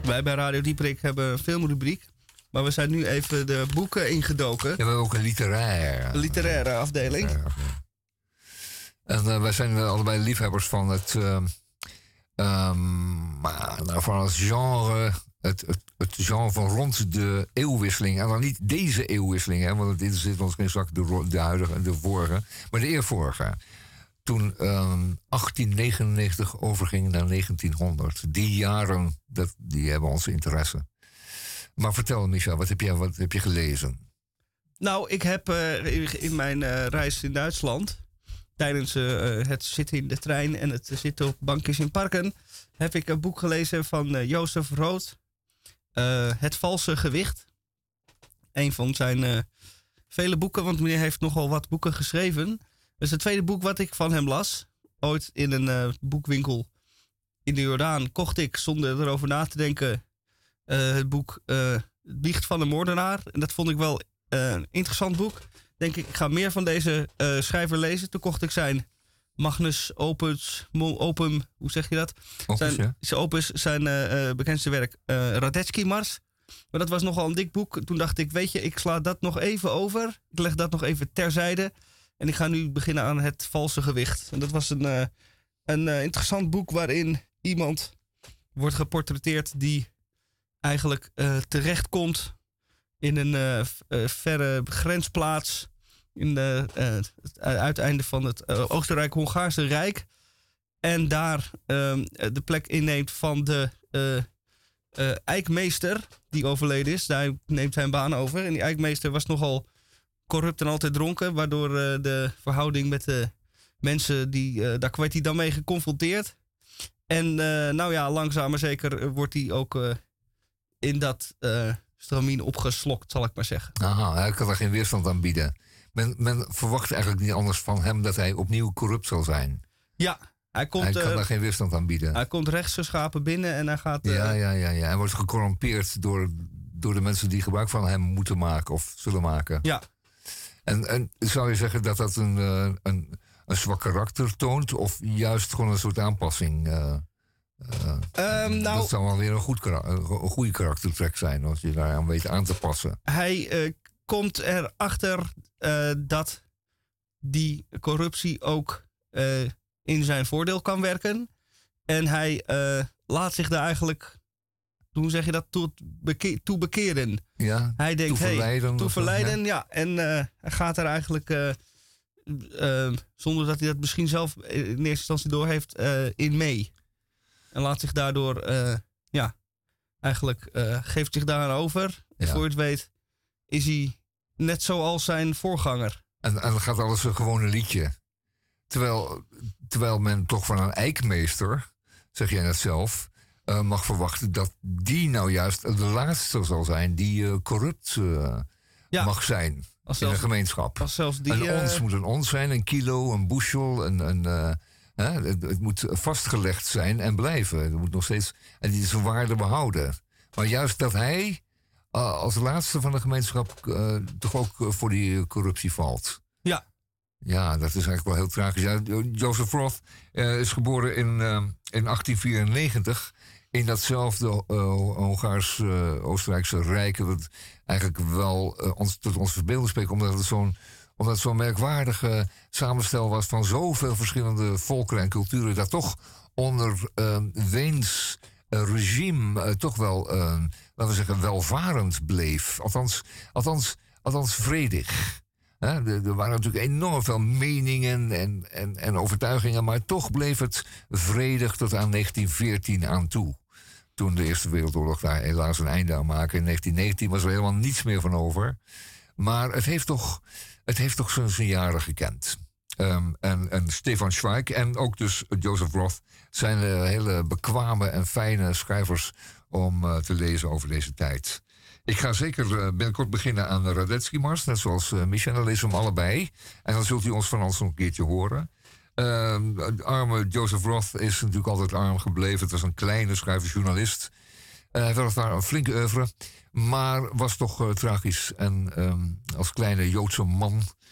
Wij bij Radio Dieperik hebben een filmrubriek. Maar we zijn nu even de boeken ingedoken.
Ja, we hebben ook een literair.
Een literaire afdeling.
Ja, ja. En uh, wij zijn uh, allebei liefhebbers van het... Uh, um, nou, van het genre... Het, het, het genre van rond de eeuwwisseling. En dan niet deze eeuwwisseling, hè, want dit zit ons geen zak de, de huidige en de vorige. Maar de eervorige. Toen um, achttien negenennegentig overging naar negentienhonderd. Die jaren, dat, die hebben onze interesse. Maar vertel, Micha, wat heb je, wat heb je gelezen?
Nou, ik heb uh, in mijn uh, reis in Duitsland... tijdens uh, het zitten in de trein en het zitten op bankjes in parken... heb ik een boek gelezen van uh, Jozef Roth... Uh, Het valse gewicht. Een van zijn uh, vele boeken, want meneer heeft nogal wat boeken geschreven. Dat is het tweede boek wat ik van hem las. Ooit in een uh, boekwinkel in de Jordaan kocht ik, zonder erover na te denken, uh, het boek uh, Het Biecht van de Moordenaar. En dat vond ik wel uh, een interessant boek. Denk ik, ik ga meer van deze uh, schrijver lezen. Toen kocht ik zijn Magnus Opus, Opum, hoe zeg je dat?
Opus,
zijn,
ja.
zijn Opus, zijn uh, uh, bekendste werk, uh, Radetzky-mars. Maar dat was nogal een dik boek. Toen dacht ik, weet je, ik sla dat nog even over. Ik leg dat nog even terzijde. En ik ga nu beginnen aan Het valse gewicht. En dat was een, uh, een uh, interessant boek waarin iemand wordt geportretteerd die eigenlijk uh, terechtkomt in een uh, f- uh, verre grensplaats in de, uh, het uiteinde van het uh, Oostenrijk-Hongaarse Rijk. En daar uh, de plek inneemt van de uh, uh, eikmeester die overleden is. Daar neemt zijn baan over. En die eikmeester was nogal corrupt en altijd dronken. Waardoor uh, de verhouding met de mensen, die, uh, daar werd hij dan mee geconfronteerd. En uh, nou ja, langzaam maar zeker uh, wordt hij ook uh, in dat uh, stramien opgeslokt, zal ik maar zeggen.
Aha, hij kan daar geen weerstand aan bieden. Men, men verwacht eigenlijk niet anders van hem dat hij opnieuw corrupt zal zijn.
Ja, hij komt,
hij kan
uh,
daar geen weerstand aan bieden.
Hij komt rechtsgeschapen binnen en hij gaat... Uh,
ja, ja, ja, ja. Hij wordt gecorrumpeerd door, door de mensen die gebruik van hem moeten maken of zullen maken.
Ja.
En, en zou je zeggen dat dat een, uh, een, een zwak karakter toont of juist gewoon een soort aanpassing? Uh, uh,
um, nou,
dat zou wel weer een, goed, een goede karaktertrek zijn als je daaraan weet aan te passen.
Hij uh, komt erachter uh, dat die corruptie ook uh, in zijn voordeel kan werken. En hij uh, laat zich daar eigenlijk, hoe zeg je dat, toe, beke- toe bekeren.
Ja,
hij denkt,
toe verleiden.
Hey, toe verleiden,
ja.
ja. En uh, hij gaat er eigenlijk, uh, uh, zonder dat hij dat misschien zelf in eerste instantie doorheeft, uh, in mee. En laat zich daardoor, uh, ja, eigenlijk uh, geeft zich daaraan over. En
ja.
voor je het weet is hij net zoals zijn voorganger.
En, en dan gaat alles een gewone liedje. Terwijl, terwijl men toch van een eikmeester, zeg jij net zelf, uh, mag verwachten dat die nou juist de laatste zal zijn die uh, corrupt uh,
ja.
mag zijn
als
in
zelfs,
een gemeenschap.
Als zelfs die,
een ons
uh,
moet een ons zijn, een kilo, een bushel, een, een, uh, hè, het, het moet vastgelegd zijn en blijven. Het moet nog steeds, en die zijn waarde behouden. Maar juist dat hij uh, als laatste van de gemeenschap uh, toch ook uh, voor die corruptie valt.
Ja.
Ja, dat is eigenlijk wel heel tragisch. Ja, Jozef Roth uh, is geboren in, uh, in achttien vierennegentig in datzelfde uh, Hongaars-Oostenrijkse uh, Rijk. Dat eigenlijk wel uh, ons, tot onze verbeelding spreekt, omdat het zo'n, omdat het zo'n merkwaardige samenstel was van zoveel verschillende volkeren en culturen, dat toch onder uh, Weens uh, regime uh, toch wel, uh, laten we zeggen, welvarend bleef. Althans, althans, althans vredig. Ja, er waren natuurlijk enorm veel meningen en, en, en overtuigingen, maar toch bleef het vredig tot aan negentien veertien aan toe. Toen de Eerste Wereldoorlog daar helaas een einde aan maakte. In negentien negentien was er helemaal niets meer van over. Maar het heeft toch, het heeft toch zijn, zijn jaren gekend. Um, en, en Stefan Zweig en ook dus Jozef Roth zijn uh, hele bekwame en fijne schrijvers om uh, te lezen over deze tijd. Ik ga zeker uh, binnenkort beginnen aan de Radetzky-mars, net zoals uh, Michel. Dan lezen we hem allebei. En dan zult u ons van ons nog een keertje horen. Uh, de arme Jozef Roth is natuurlijk altijd arm gebleven. Het was een kleine schrijver-journalist. Uh, hij had daar een flinke oeuvre, maar was toch uh, tragisch. En um, als kleine Joodse man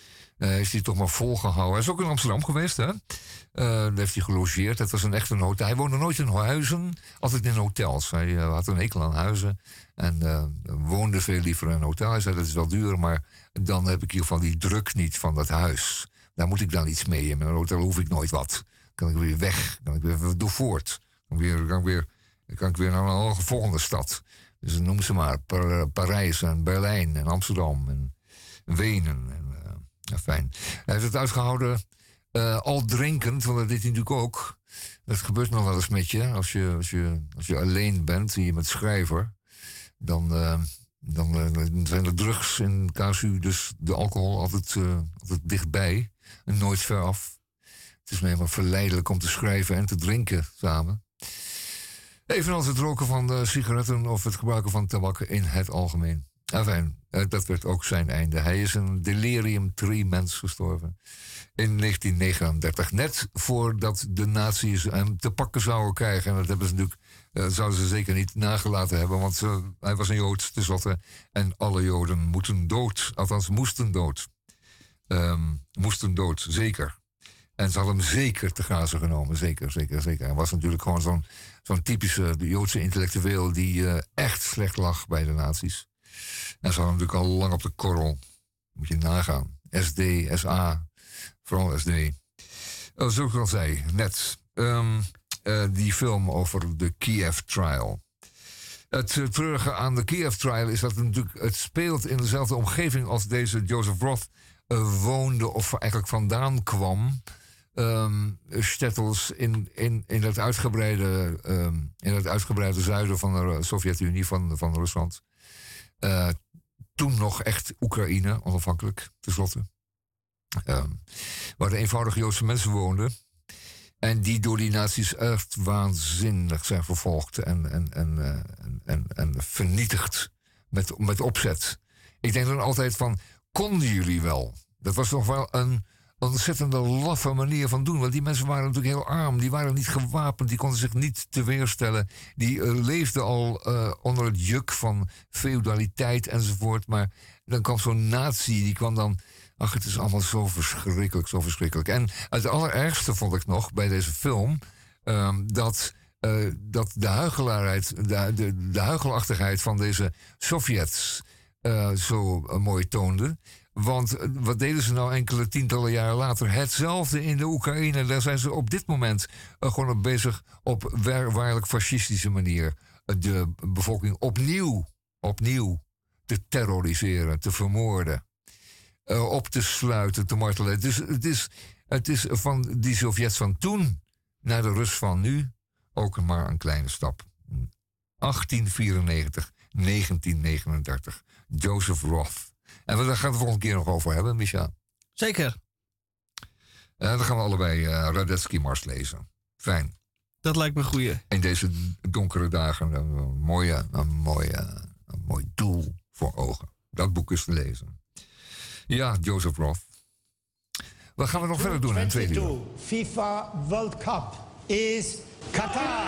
Uh, is hij toch maar volgehouden. Hij is ook in Amsterdam geweest, hè? Uh, daar heeft hij gelogeerd. Het was een echt een hotel. Hij woonde nooit in huizen, altijd in hotels. Hij uh, had een hekel aan huizen en uh, woonde veel liever in een hotel. Hij zei, dat is wel duur, maar dan heb ik in ieder geval die druk niet van dat huis. Daar moet ik dan iets mee. In een hotel hoef ik nooit wat. Kan ik weer weg, kan ik weer door voort. Kan, weer, kan, ik weer, kan ik weer naar een volgende stad. Dus noem ze maar, Par- Parijs en Berlijn en Amsterdam en Wenen. En, uh, ja, fijn. Hij heeft het uitgehouden, uh, al drinkend, want dat deed hij natuurlijk ook. Dat gebeurt nog wel eens met je. Als je, als je, als je alleen bent, en je bent schrijver, dan, uh, dan uh, zijn de drugs in K S U, dus de alcohol, altijd, uh, altijd dichtbij en nooit ver af. Het is me helemaal verleidelijk om te schrijven en te drinken samen. Evenals het roken van uh, sigaretten of het gebruiken van tabak in het algemeen. Enfin, uh, dat werd ook zijn einde. Hij is een delirium tremens gestorven in negentien negenendertig. Net voordat de nazi's hem te pakken zouden krijgen. En dat hebben ze natuurlijk, uh, zouden ze zeker niet nagelaten hebben. Want uh, hij was een Jood tenslotte. En alle Joden moeten dood. Althans, moesten dood. Um, moesten dood, zeker. En ze hadden hem zeker te grazen genomen. Zeker, zeker, zeker. Hij was natuurlijk gewoon zo'n, zo'n typische Joodse intellectueel die uh, echt slecht lag bij de nazi's. En ze hadden natuurlijk al lang op de korrel. Moet je nagaan. S D, S A, vooral S D. Uh, zoals ik al zei, net. Um, uh, die film over de Kiev Trial. Het uh, treurige aan de Kiev Trial is dat het natuurlijk, het speelt in dezelfde omgeving als deze Joseph Roth uh, woonde of eigenlijk vandaan kwam. Um, Stettels in, in, in, het uitgebreide, um, in het uitgebreide zuiden van de Sovjet-Unie, van, van Rusland. Uh, toen nog echt Oekraïne, onafhankelijk, tenslotte. Um, waar de eenvoudige Joodse mensen woonden. En die door die nazi's echt waanzinnig zijn vervolgd en, en, en, uh, en, en, en vernietigd met, met opzet. Ik denk dan altijd van, konden jullie wel? Dat was nog wel een ontzettende laffe manier van doen. Want die mensen waren natuurlijk heel arm. Die waren niet gewapend. Die konden zich niet te weerstellen. Die uh, leefden al uh, onder het juk van feudaliteit enzovoort. Maar dan kwam zo'n nazi. Die kwam dan... Ach, het is allemaal zo verschrikkelijk, zo verschrikkelijk. En het allerergste vond ik nog bij deze film... Um, dat, uh, dat de huigelaarheid, de, de, de huigelachtigheid van deze Sovjets... Uh, zo uh, mooi toonde. Want uh, wat deden ze nou enkele tientallen jaren later? Hetzelfde in de Oekraïne. Daar zijn ze op dit moment uh, gewoon op bezig... op waar, waarlijk fascistische manier... Uh, de bevolking opnieuw, opnieuw te terroriseren, te vermoorden... Uh, op te sluiten, te martelen. Dus het is, het is van die Sovjets van toen naar de Rus van nu ook maar een kleine stap. achttien vierennegentig, negentien negenendertig. Joseph Roth. En we daar gaan we de volgende keer nog over hebben, Micha.
Zeker.
En dan gaan we allebei uh, Radetzky Mars lezen. Fijn.
Dat lijkt me een goeie.
In deze donkere dagen een mooie, een mooie, een mooi doel voor ogen. Dat boek is te lezen. Ja, Joseph Roth. Wat gaan we nog verder doen in tweede uur?
FIFA World Cup is Qatar.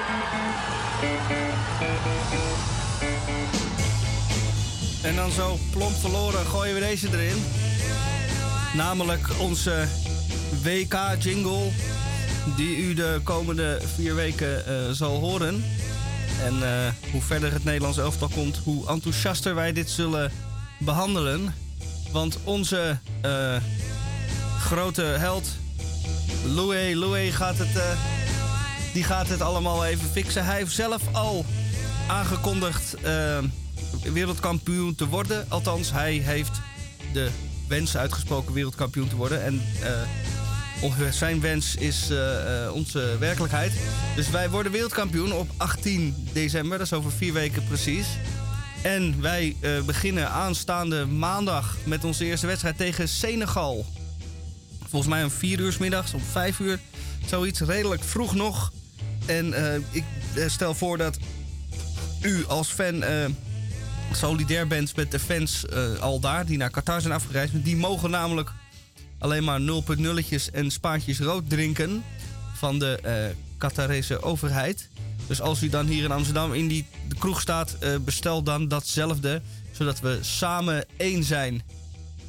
En dan zo plomp verloren gooien we deze erin. Namelijk onze W K-jingle die u de komende vier weken uh, zal horen. En uh, hoe verder het Nederlands elftal komt, hoe enthousiaster wij dit zullen behandelen. Want onze uh, grote held, Louis, Louis gaat het, uh, die gaat het allemaal even fixen. Hij heeft zelf al aangekondigd uh, wereldkampioen te worden. Althans, hij heeft de wens uitgesproken wereldkampioen te worden. En uh, zijn wens is uh, uh, onze werkelijkheid. Dus wij worden wereldkampioen op achttien december. Dat is over vier weken precies. En wij uh, beginnen aanstaande maandag met onze eerste wedstrijd tegen Senegal. Volgens mij om vier uur 's middags, om vijf uur. Zoiets, redelijk vroeg nog. En uh, ik stel voor dat u als fan uh, solidair bent met de fans uh, al daar... die naar Qatar zijn afgereisd. Die mogen namelijk alleen maar nul punt nulletjes en spaatjes rood drinken... van de uh, Qatarese overheid... Dus als u dan hier in Amsterdam in die de kroeg staat, uh, bestel dan datzelfde. Zodat we samen één zijn.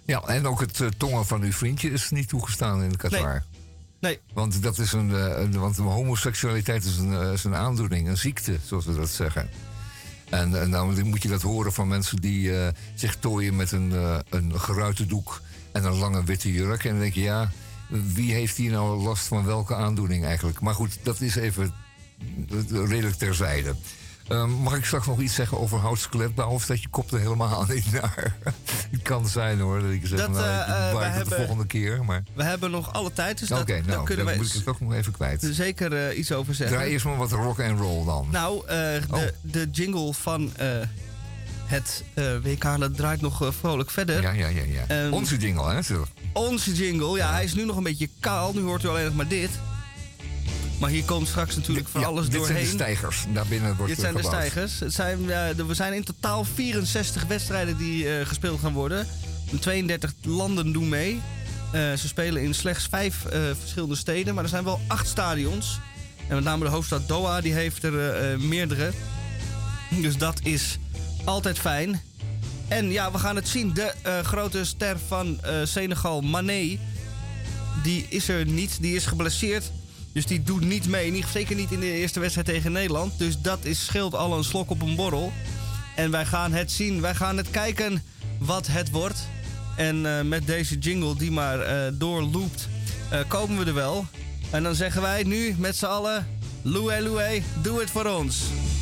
Ja, en ook het uh, tongen van uw vriendje is niet toegestaan in Qatar.
Nee. Nee.
Want dat is een, uh, een want homoseksualiteit is een, uh, is een aandoening, een ziekte, zoals we dat zeggen. En uh, nou moet je dat horen van mensen die uh, zich tooien met een, uh, een geruite doek en een lange witte jurk. En dan denk je, ja, wie heeft hier nou last van welke aandoening eigenlijk? Maar goed, dat is even redelijk terzijde. Uh, mag ik straks nog iets zeggen over houtskeletbouw? Of dat je kopt er helemaal niet naar? Het kan zijn hoor, dat ik zeg, dat, nou, uh, ik uh, het de volgende keer. Maar...
We hebben nog alle tijd, dus
Oké,
okay,
nou,
kunnen
daar
wij
moet ik het toch nog even kwijt.
Zeker uh, iets over zeggen.
Draai eerst maar wat rock and roll dan.
Nou, uh, de,
oh.
de jingle van uh, het uh, W K, dat draait nog uh, vrolijk verder.
Ja, ja, ja. ja. Um, onze jingle, hè? Natuurlijk.
Onze jingle, ja, ja, hij is nu nog een beetje kaal. Nu hoort u alleen nog maar dit. Maar hier komt straks natuurlijk van
ja,
alles
dit
doorheen.
Dit zijn de stijgers. Daar binnen wordt
Dit zijn
gebouwd.
de stijgers. Het zijn, uh, we zijn in totaal vierenzestig wedstrijden die uh, gespeeld gaan worden. tweeëndertig landen doen mee. Uh, ze spelen in slechts vijf uh, verschillende steden. Maar er zijn wel acht stadions. En met name de hoofdstad Doha, die heeft er uh, meerdere. Dus dat is altijd fijn. En ja, we gaan het zien. De uh, grote ster van uh, Senegal, Mané, die is er niet. Die is geblesseerd. Dus die doet niet mee. Niet, zeker niet in de eerste wedstrijd tegen Nederland. Dus dat is, scheelt al een slok op een borrel. En wij gaan het zien. Wij gaan het kijken wat het wordt. En uh, met deze jingle die maar uh, doorloopt, uh, komen we er wel. En dan zeggen wij nu met z'n allen: Loué, Loué, doe het voor ons.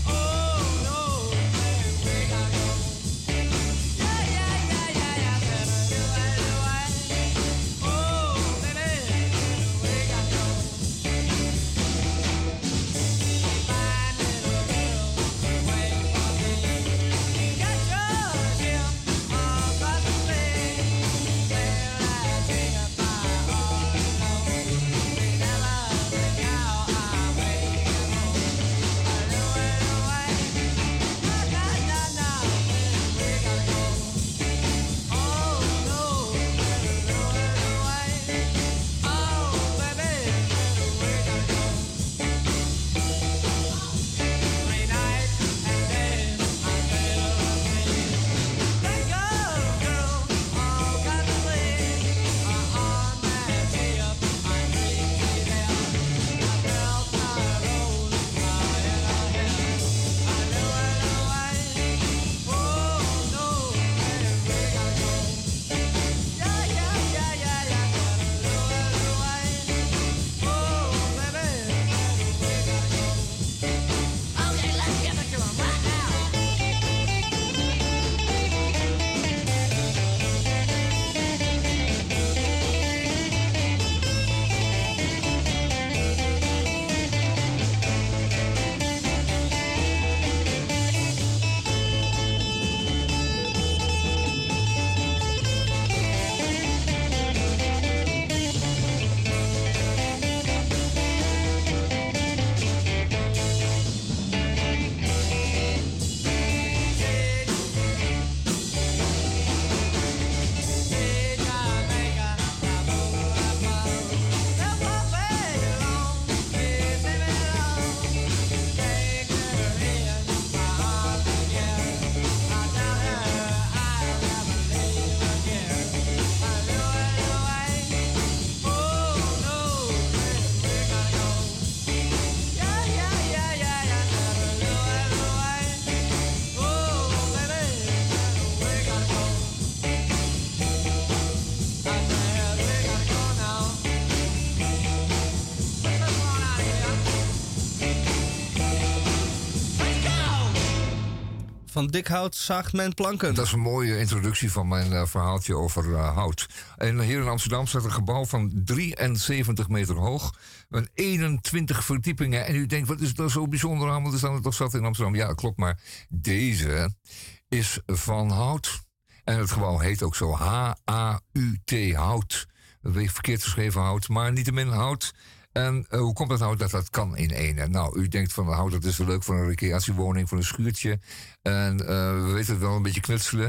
Van dik hout zaagt men planken.
Dat is een mooie introductie van mijn uh, verhaaltje over uh, hout. En hier in Amsterdam staat een gebouw van drieënzeventig meter hoog. Een eenentwintig verdiepingen. En u denkt, wat is dat zo bijzonder aan? Want er staan er toch zat in Amsterdam. Ja, klopt, maar deze is van hout. En het gebouw heet ook zo H A U T, hout. Verkeerd geschreven hout, maar niettemin hout. En uh, hoe komt het nou dat dat kan in één? Nou, u denkt van, hout, dat is wel leuk voor een recreatiewoning, voor een schuurtje. En uh, we weten het wel, een beetje knutselen.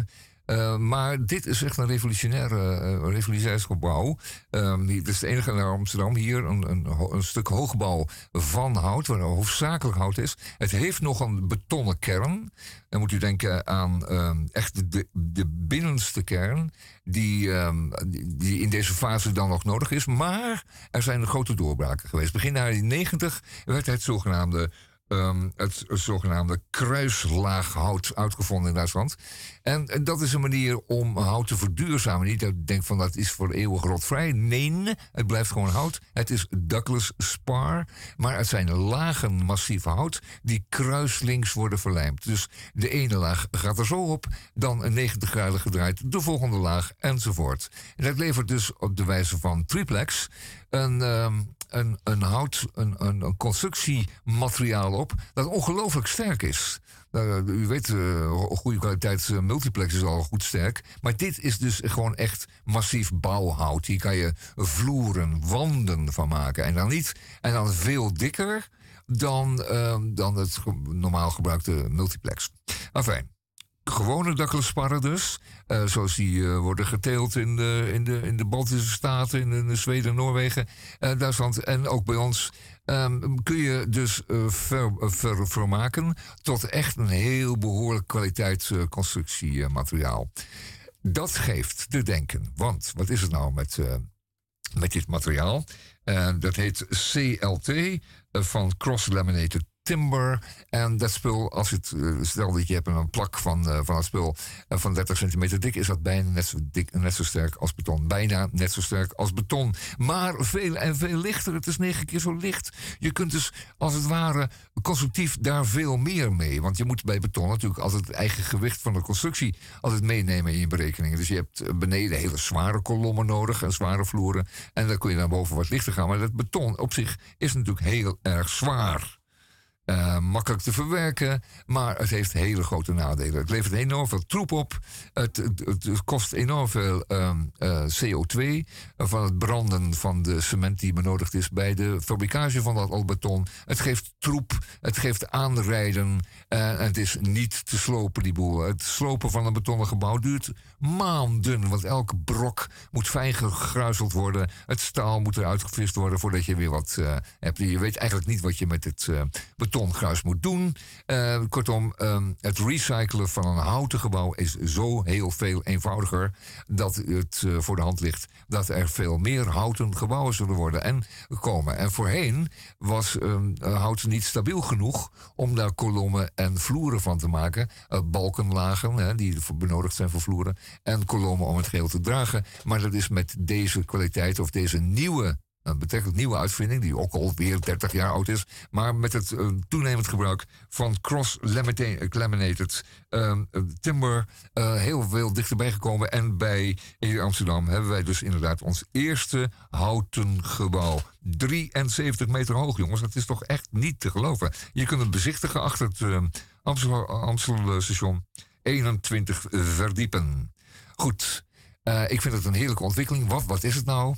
Uh, maar dit is echt een revolutionair, uh, revolutionair gebouw. Um, dit is het enige in Amsterdam. Hier een, een, een stuk hoogbouw van hout, waar hoofdzakelijk hout is. Het heeft nog een betonnen kern. Dan moet u denken aan um, echt de, de binnenste kern, die, um, die, die in deze fase dan nog nodig is. Maar er zijn grote doorbraken geweest. Begin jaren negentig werd het zogenaamde Um, het zogenaamde kruislaaghout uitgevonden in Duitsland. En, en dat is een manier om hout te verduurzamen. Niet dat ik denk van dat is voor eeuwig rotvrij. Nee, het blijft gewoon hout. Het is Douglas spar. Maar het zijn lagen massief hout die kruislinks worden verlijmd. Dus de ene laag gaat er zo op, dan een negentig graden gedraaid, de volgende laag enzovoort. En dat levert dus op de wijze van triplex een... Um, Een, een hout, een, een, een constructiemateriaal op dat ongelooflijk sterk is. Uh, u weet, uh, goede kwaliteit uh, multiplex is al goed sterk. Maar dit is dus gewoon echt massief bouwhout. Hier kan je vloeren, wanden van maken. En dan niet, en dan veel dikker dan, uh, dan het ge- normaal gebruikte multiplex. Enfin. Gewone dakkelssparren dus, uh, zoals die uh, worden geteeld in de, in, de, in de Baltische Staten, in, in de Zweden, Noorwegen, uh, Duitsland en ook bij ons, um, kun je dus uh, ver, ver, vermaken tot echt een heel behoorlijk kwaliteitsconstructiemateriaal. Uh, Dat geeft te denken, want wat is het nou met, uh, met dit materiaal? Uh, dat heet C L T, uh, van Cross Laminated Timber. En dat spul, als het, uh, stel dat je hebt een plak van, uh, van het spul uh, van dertig centimeter dik, is dat bijna net zo, dik, net zo sterk als beton. Bijna net zo sterk als beton. Maar veel en veel lichter. Het is negen keer zo licht. Je kunt dus, als het ware, constructief daar veel meer mee. Want je moet bij beton natuurlijk altijd het eigen gewicht van de constructie altijd meenemen in je berekeningen. Dus je hebt beneden hele zware kolommen nodig en zware vloeren. En dan kun je naar boven wat lichter gaan. Maar dat beton op zich is natuurlijk heel erg zwaar. Uh, makkelijk te verwerken, maar het heeft hele grote nadelen. Het levert enorm veel troep op. Het, het, het kost enorm veel um, uh, C O twee uh, van het branden van de cement die benodigd is bij de fabricage van dat al beton. Het geeft troep, het geeft aanrijden uh, en het is niet te slopen, die boel. Het slopen van een betonnen gebouw duurt maanden, want elke brok moet fijn gegruizeld worden. Het staal moet eruit gevist worden voordat je weer wat uh, hebt. Je weet eigenlijk niet wat je met het uh, beton betongruis moet doen. Uh, kortom, um, het recyclen van een houten gebouw is zo heel veel eenvoudiger dat het uh, voor de hand ligt dat er veel meer houten gebouwen zullen worden en komen. En voorheen was um, hout niet stabiel genoeg om daar kolommen en vloeren van te maken. Uh, balkenlagen, hè, die benodigd zijn voor vloeren, en kolommen om het geheel te dragen. Maar dat is met deze kwaliteit of deze nieuwe een betrekkelijk nieuwe uitvinding, die ook alweer dertig jaar oud is, maar met het uh, toenemend gebruik van cross-laminated uh, timber uh, heel veel dichterbij gekomen. En bij in Amsterdam hebben wij dus inderdaad ons eerste houten gebouw. drieënzeventig meter hoog, jongens. Dat is toch echt niet te geloven. Je kunt het bezichtigen achter het uh, Amstel, Amstel station. eenentwintig verdiepen. Goed, uh, ik vind het een heerlijke ontwikkeling. Wat, wat is het nou?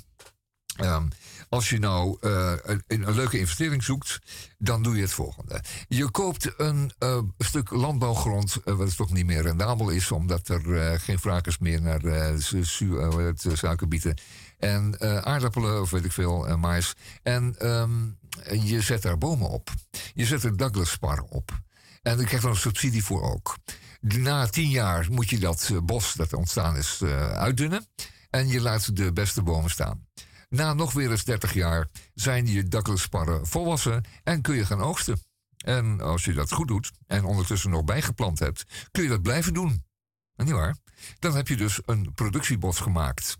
Um, als je nou uh, een, een leuke investering zoekt, dan doe je het volgende. Je koopt een uh, stuk landbouwgrond, uh, wat toch niet meer rendabel is, omdat er uh, geen vraag is meer naar uh, su- su- uh, het suikerbieten en uh, aardappelen of weet ik veel, uh, mais. En um, je zet daar bomen op. Je zet er Douglas spar op. En je krijgt er een subsidie voor ook. Na tien jaar moet je dat uh, bos dat ontstaan is uh, uitdunnen. En je laat de beste bomen staan. Na nog weer eens dertig jaar zijn die dakkelssparren volwassen en kun je gaan oogsten. En als je dat goed doet en ondertussen nog bijgeplant hebt, kun je dat blijven doen. Niet waar? Dan heb je dus een productiebos gemaakt.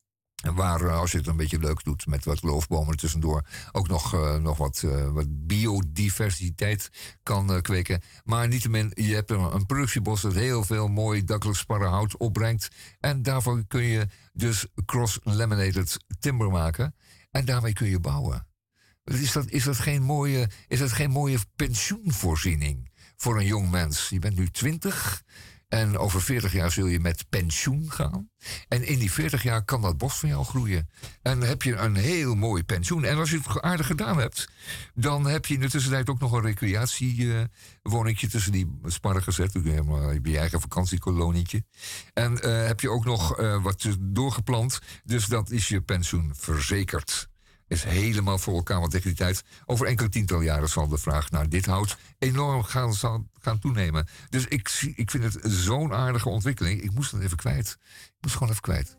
Waar, als je het een beetje leuk doet met wat loofbomen tussendoor, ook nog, uh, nog wat, uh, wat biodiversiteit kan uh, kweken. Maar niettemin, je hebt een, een productiebos dat heel veel mooi dakkelssparrenhout opbrengt. En daarvoor kun je dus cross-laminated timber maken. En daarmee kun je bouwen. Is dat, is dat geen mooie, is dat geen mooie pensioenvoorziening voor een jong mens? Je bent nu twintig. En over veertig jaar zul je met pensioen gaan. En in die veertig jaar kan dat bos van jou groeien. En dan heb je een heel mooi pensioen. En als je het aardig gedaan hebt, dan heb je in de tussentijd ook nog een recreatiewoningje uh, tussen die sparren gezet. Dan heb je je eigen vakantiekolonietje. En uh, heb je ook nog uh, wat doorgeplant. Dus dat is je pensioen verzekerd. Is helemaal voor elkaar, want tegen die tijd, over enkele tientallen jaren zal de vraag naar dit hout enorm gaan, zal, gaan toenemen. Dus ik, zie, ik vind het zo'n aardige ontwikkeling. Ik moest het even kwijt. Ik moest gewoon even kwijt.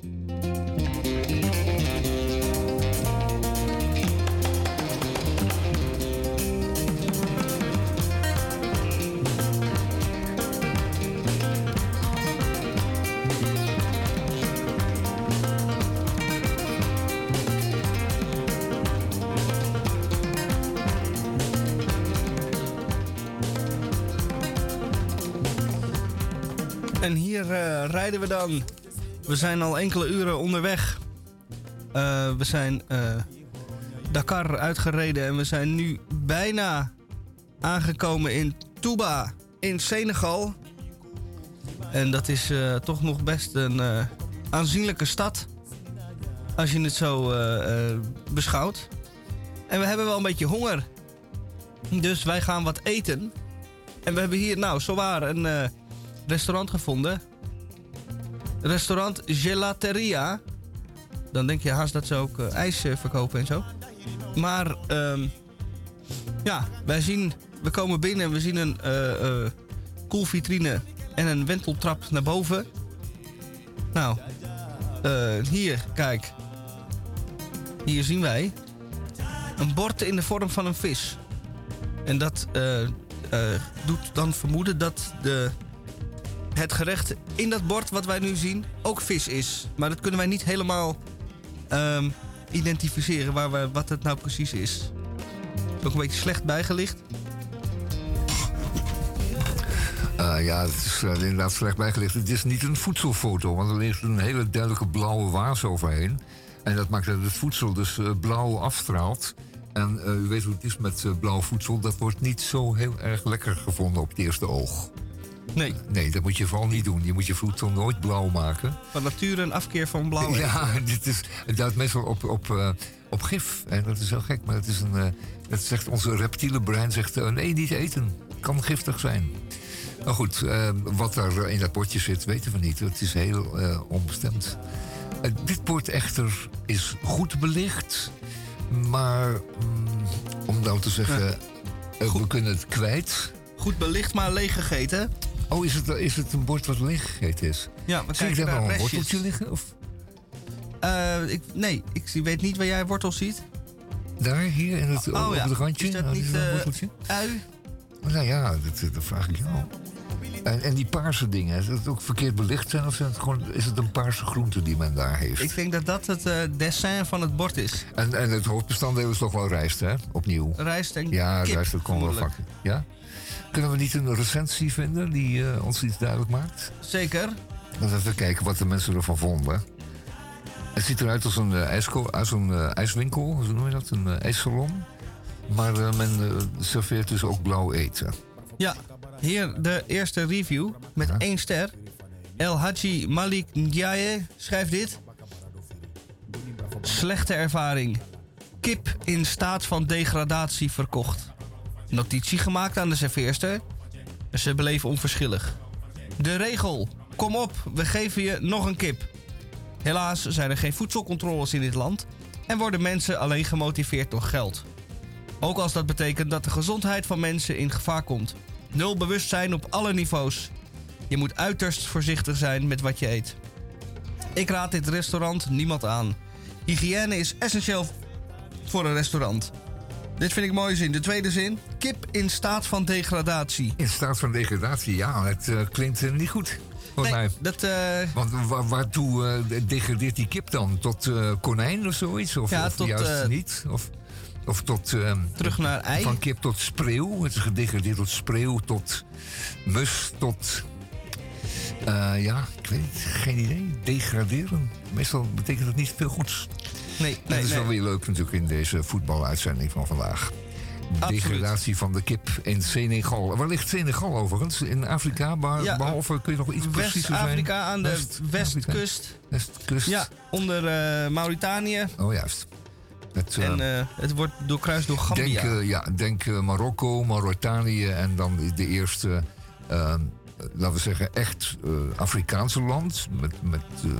En hier uh, rijden we dan. We zijn al enkele uren onderweg. Uh, we zijn uh, Dakar uitgereden en we zijn nu bijna aangekomen in Touba in Senegal. En dat is uh, toch nog best een uh, aanzienlijke stad. Als je het zo uh, uh, beschouwt. En we hebben wel een beetje honger. Dus wij gaan wat eten. En we hebben hier nou zowaar een... Uh, restaurant gevonden. Restaurant Gelateria. Dan denk je haast dat ze ook uh, ijs uh, verkopen en zo. Maar um, ja, wij zien, we komen binnen en we zien een uh, uh, koelvitrine en een wenteltrap naar boven. Nou, uh, hier, kijk. Hier zien wij een bord in de vorm van een vis. En dat uh, uh, doet dan vermoeden dat de het gerecht in dat bord wat wij nu zien ook vis is. Maar dat kunnen wij niet helemaal um, identificeren waar we, wat het nou precies is. Ook een beetje slecht bijgelicht.
Uh, ja, het is uh, inderdaad slecht bijgelicht. Het is niet een voedselfoto, want er ligt een hele duidelijke blauwe waas overheen. En dat maakt dat het voedsel dus uh, blauw afstraalt. En uh, u weet hoe het is met uh, blauw voedsel. Dat wordt niet zo heel erg lekker gevonden op het eerste oog.
Nee.
Nee, dat moet je vooral niet doen. Je moet je voedsel nooit blauw maken.
Van nature een afkeer van blauw.
Ja, dit is, het duidt meestal op, op, uh, op gif. En dat is heel gek, maar het is een, uh, het zegt, onze reptiele brein zegt... Uh, nee, niet eten. Kan giftig zijn. Nou goed, uh, wat er in dat bordje zit, weten we niet. Het is heel uh, onbestemd. Uh, dit bord echter is goed belicht. Maar mm, om nou te zeggen, ja. uh, we kunnen het kwijt.
Goed belicht, maar leeg gegeten.
Oh, is het, is het een bord wat leeg gegeten is?
Ja, maar
zie ik daar
nou
nog een
restjes.
worteltje liggen? Of?
Uh, ik, nee, ik weet niet waar jij wortels ziet.
Daar, hier, in het,
oh,
op
ja.
het randje?
Is dat
nou,
niet
is dat een worteltje?
Uh, ui?
Nou ja, dat, dat vraag ik jou. En, en die paarse dingen, is dat ook verkeerd belicht zijn? Of zijn het gewoon, is het een paarse groente die men daar heeft?
Ik denk dat dat het uh, dessin van het bord is.
En, en het hoofdbestanddeel is toch wel rijst, hè? Opnieuw.
Rijst en
ja,
kip.
Ja, rijst, dat kon wel vakken. Ja? Kunnen we niet een recensie vinden die uh, ons iets duidelijk maakt?
Zeker.
Laten we even kijken wat de mensen ervan vonden. Het ziet eruit als een, uh, ijsko- als een uh, ijswinkel, hoe noem je dat? Een uh, ijssalon. Maar uh, men uh, serveert dus ook blauw eten.
Ja, hier de eerste review met ja. één ster. El Hadji Malik Ndiaye schrijft dit. Slechte ervaring. Kip in staat van degradatie verkocht. Notitie gemaakt aan de serveerster. Ze beleven onverschillig. De regel. Kom op, we geven je nog een kip. Helaas zijn er geen voedselcontroles in dit land en worden mensen alleen gemotiveerd door geld. Ook als dat betekent dat de gezondheid van mensen in gevaar komt. Nul bewustzijn op alle niveaus. Je moet uiterst voorzichtig zijn met wat je eet. Ik raad dit restaurant niemand aan. Hygiëne is essentieel voor een restaurant. Dit vind ik mooi zin. De tweede zin. Kip in staat van degradatie.
In staat van degradatie, ja. Het uh, klinkt uh, niet goed. Nee, mij.
Dat, uh...
Want wa- waartoe uh, degradeert die kip dan? Tot uh, konijn of zoiets? Of,
ja,
of
tot,
juist
uh...
niet? Of, of tot... Uh,
terug naar ei?
Van kip tot spreeuw. Het is gedegradeerd tot spreeuw, tot mus, tot... Uh, ja, ik weet het. Geen idee. Degraderen. Meestal betekent dat niet veel goeds.
Nee, nee,
dat is
nee.
wel weer leuk natuurlijk in deze voetbaluitzending van vandaag. degradatie van de kip in Senegal. Waar ligt Senegal overigens? In Afrika? Beh-
Ja,
behalve, kun je nog iets preciezer zijn?
West-Afrika aan de
West-Afrika.
westkust.
Westkust.
Ja, onder uh, Mauritanië.
Oh, juist. Het, uh,
en uh, het wordt doorkruist door Gambia.
Denk, uh, ja, denk uh, Marokko, Mauritanië en dan de eerste... Uh, laten we zeggen, echt uh, Afrikaanse land. Met, met uh,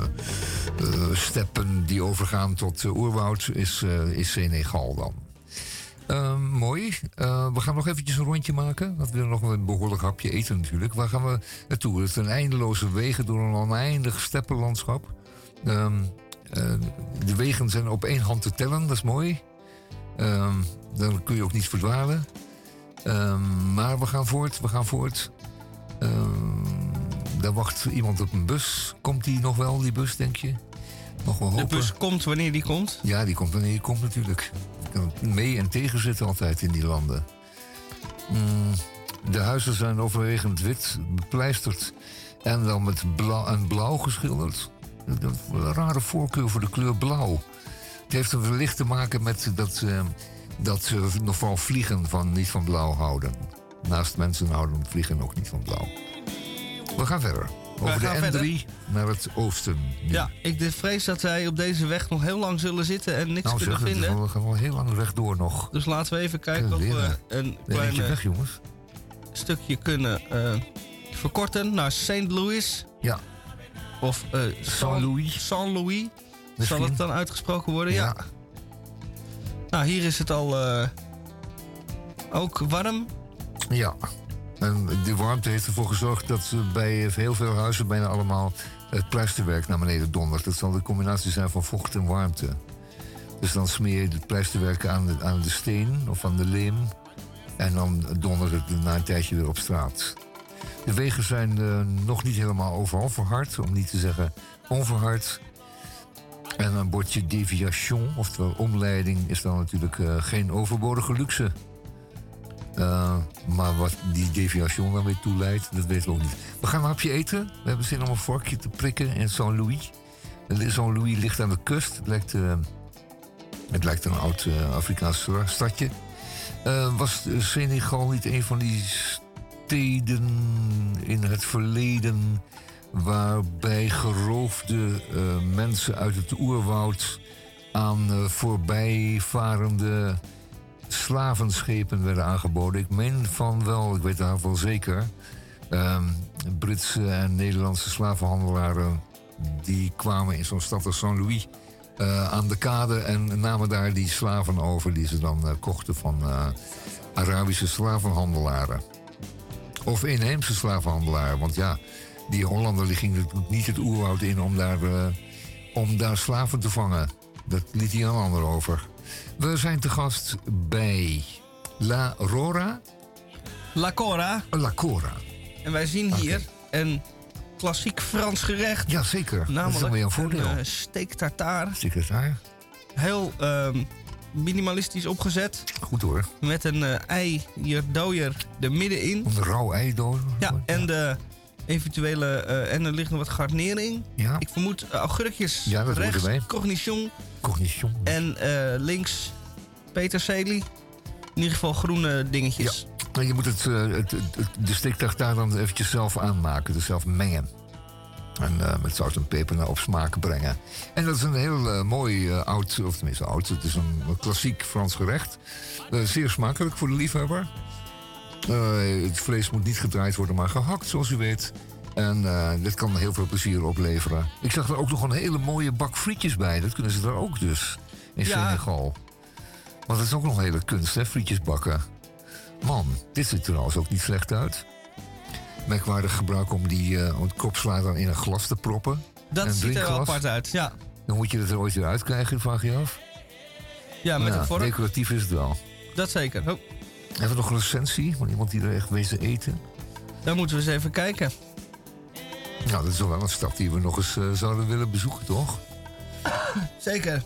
uh, steppen die overgaan tot uh, oerwoud, is, uh, is Senegal dan. Uh, mooi. Uh, we gaan nog eventjes een rondje maken. Want we willen nog een behoorlijk hapje eten natuurlijk. Waar gaan we naartoe? Het zijn eindeloze wegen door een oneindig steppenlandschap. Uh, uh, de wegen zijn op één hand te tellen, dat is mooi. Uh, dan kun je ook niet verdwalen. Uh, maar we gaan voort, we gaan voort. Uh, daar wacht iemand op een bus. Komt die nog wel, die bus, denk je? Nog wel hopen.
De bus komt wanneer die komt?
Ja, die komt wanneer die komt natuurlijk. Je kan mee en tegen zitten altijd in die landen. Mm, de huizen zijn overwegend wit, bepleisterd. En dan met blauw, en blauw geschilderd. Dat is een rare voorkeur voor de kleur blauw. Het heeft er wellicht te maken met dat, uh, dat ze nog vooral vliegen van, niet van blauw houden. Naast mensen houden vliegen ook niet van blauw. We gaan verder. Over de N drie verder. Naar het oosten. Nu.
Ja, ik vrees dat wij op deze weg nog heel lang zullen zitten en niks
nou,
kunnen
zeg,
vinden.
We gaan wel heel lang rechtdoor nog.
Dus laten we even kijken of we een klein
weg, jongens.
stukje kunnen uh, verkorten naar Saint Louis.
Ja.
Of uh, Saint Louis. Saint Louis. Zal het dan uitgesproken worden? Ja. ja. Nou, hier is het al uh, ook warm.
Ja. En de warmte heeft ervoor gezorgd dat bij heel veel huizen bijna allemaal het pleisterwerk naar beneden dondert. Dat zal de combinatie zijn van vocht en warmte. Dus dan smeer je het pleisterwerk aan de, aan de steen of aan de leem. En dan dondert het na een tijdje weer op straat. De wegen zijn uh, nog niet helemaal overal verhard, om niet te zeggen onverhard. En een bordje déviation, oftewel omleiding, is dan natuurlijk uh, geen overbodige luxe. Uh, maar wat die déviation dan weer toeleidt, dat weten we ook niet. We gaan een hapje eten. We hebben zin om een vorkje te prikken in Saint Louis. Saint Louis ligt aan de kust. Het lijkt, uh, het lijkt een oud uh, Afrikaans stadje. Uh, was Senegal niet een van die steden in het verleden waarbij geroofde uh, mensen uit het oerwoud aan uh, voorbijvarende slavenschepen werden aangeboden? Ik meen van wel, ik weet daar wel zeker. Uh, Britse en Nederlandse slavenhandelaren die kwamen in zo'n stad als Saint Louis uh, aan de kade en namen daar die slaven over die ze dan uh, kochten van uh, Arabische slavenhandelaren. Of inheemse slavenhandelaren, want ja, die Hollander die ging niet het oerwoud in om daar, uh, om daar slaven te vangen. Dat liet hij aan een ander over. We zijn te gast bij La Rora.
La Cora.
La Cora.
En wij zien hier okay. een klassiek Frans gerecht.
Jazeker.
Namelijk
een, voordeel.
een uh, steak tartare.
Steak tartare.
Heel uh, minimalistisch opgezet.
Goed hoor.
Met een uh, ei, hier dooier er middenin.
Een rauw ei door.
Ja, en de eventuele... Uh, en er ligt nog wat garnering.
Ja.
Ik vermoed uh, augurkjes.
Ja, dat
rechts,
erbij.
cornichon.
Cornichon.
En uh, links peterselie. In ieder geval groene dingetjes.
Ja. Je moet het, uh, het, het, de steak tartare dan eventjes zelf aanmaken. Dus zelf mengen. En uh, met zout en peper naar op smaak brengen. En dat is een heel uh, mooi uh, oud, of tenminste oud. Het is een, een klassiek Frans gerecht. Uh, zeer smakelijk voor de liefhebber. Uh, het vlees moet niet gedraaid worden, maar gehakt, zoals u weet. En uh, dit kan heel veel plezier opleveren. Ik zag er ook nog een hele mooie bak frietjes bij. Dat kunnen ze daar ook dus, in ja. Senegal. Want dat is ook nog een hele kunst, hè, frietjes bakken. Man, dit ziet er trouwens ook niet slecht uit. Merkwaardig gebruik om die uh, kopslager in een glas te proppen.
Dat ziet er wel apart uit, ja.
Dan moet je het er ooit weer uitkrijgen, vraag je af.
Ja, met
nou,
een vork.
Decoratief is het wel.
Dat zeker. Oh.
Hebben we nog een recensie van iemand die er echt wezen eten?
Dan moeten we eens even kijken.
Nou, dat is wel een stad die we nog eens uh, zouden willen bezoeken, toch?
Zeker.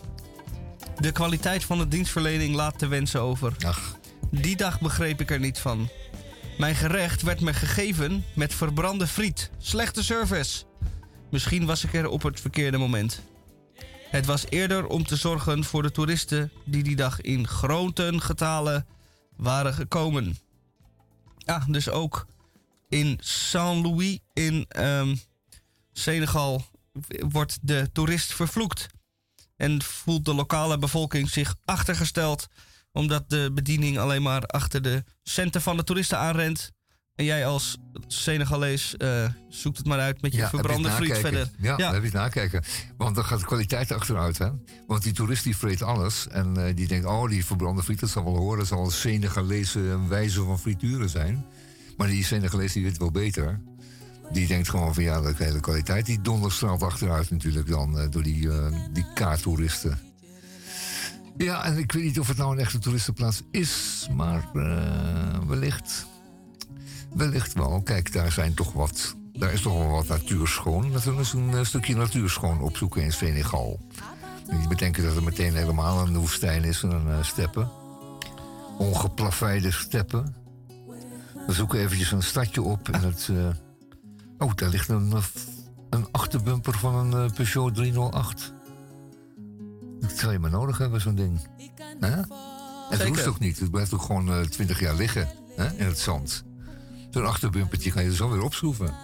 De kwaliteit van de dienstverlening laat te wensen over.
Ach.
Die dag begreep ik er niet van. Mijn gerecht werd me gegeven met verbrande friet. Slechte service. Misschien was ik er op het verkeerde moment. Het was eerder om te zorgen voor de toeristen die die dag in grote getalen waren gekomen. Ja, dus ook in Saint-Louis in um, Senegal wordt de toerist vervloekt. En voelt de lokale bevolking zich achtergesteld, omdat de bediening alleen maar achter de centen van de toeristen aanrent. En jij als Senegalees uh, zoekt het maar uit met je
ja,
verbrande
je
friet verder.
Ja,
ja.
dan heb je het nakijken. Want dan gaat de kwaliteit achteruit. Hè? Want die toerist die vreet alles. En uh, die denkt, oh, die verbrande friet, dat zal wel horen. Dat zal een Senegalese wijze van frituren zijn. Maar die Senegalees die weet wel beter. Die denkt gewoon van, ja, de hele kwaliteit die donderstraalt achteruit natuurlijk dan. Uh, door die, uh, die kaarttoeristen. Ja, en ik weet niet of het nou een echte toeristenplaats is. Maar uh, wellicht... Wellicht wel. Kijk, daar zijn toch wat. Daar is toch wel wat natuurschoon. Laten we eens een uh, stukje natuurschoon opzoeken in Senegal. Niet bedenken dat het meteen helemaal een woestijn is en een uh, steppen. Ongeplaveide steppen. We zoeken eventjes een stadje op in het. Uh... Oh, daar ligt een, uh, een achterbumper van een uh, Peugeot driehonderdacht. Dat zou je maar nodig hebben, zo'n ding. Huh? Het roest ook niet. Het blijft ook gewoon uh, twintig jaar liggen, hè, in het zand. Zo'n achterbumpertje ga je er zo weer opschroeven.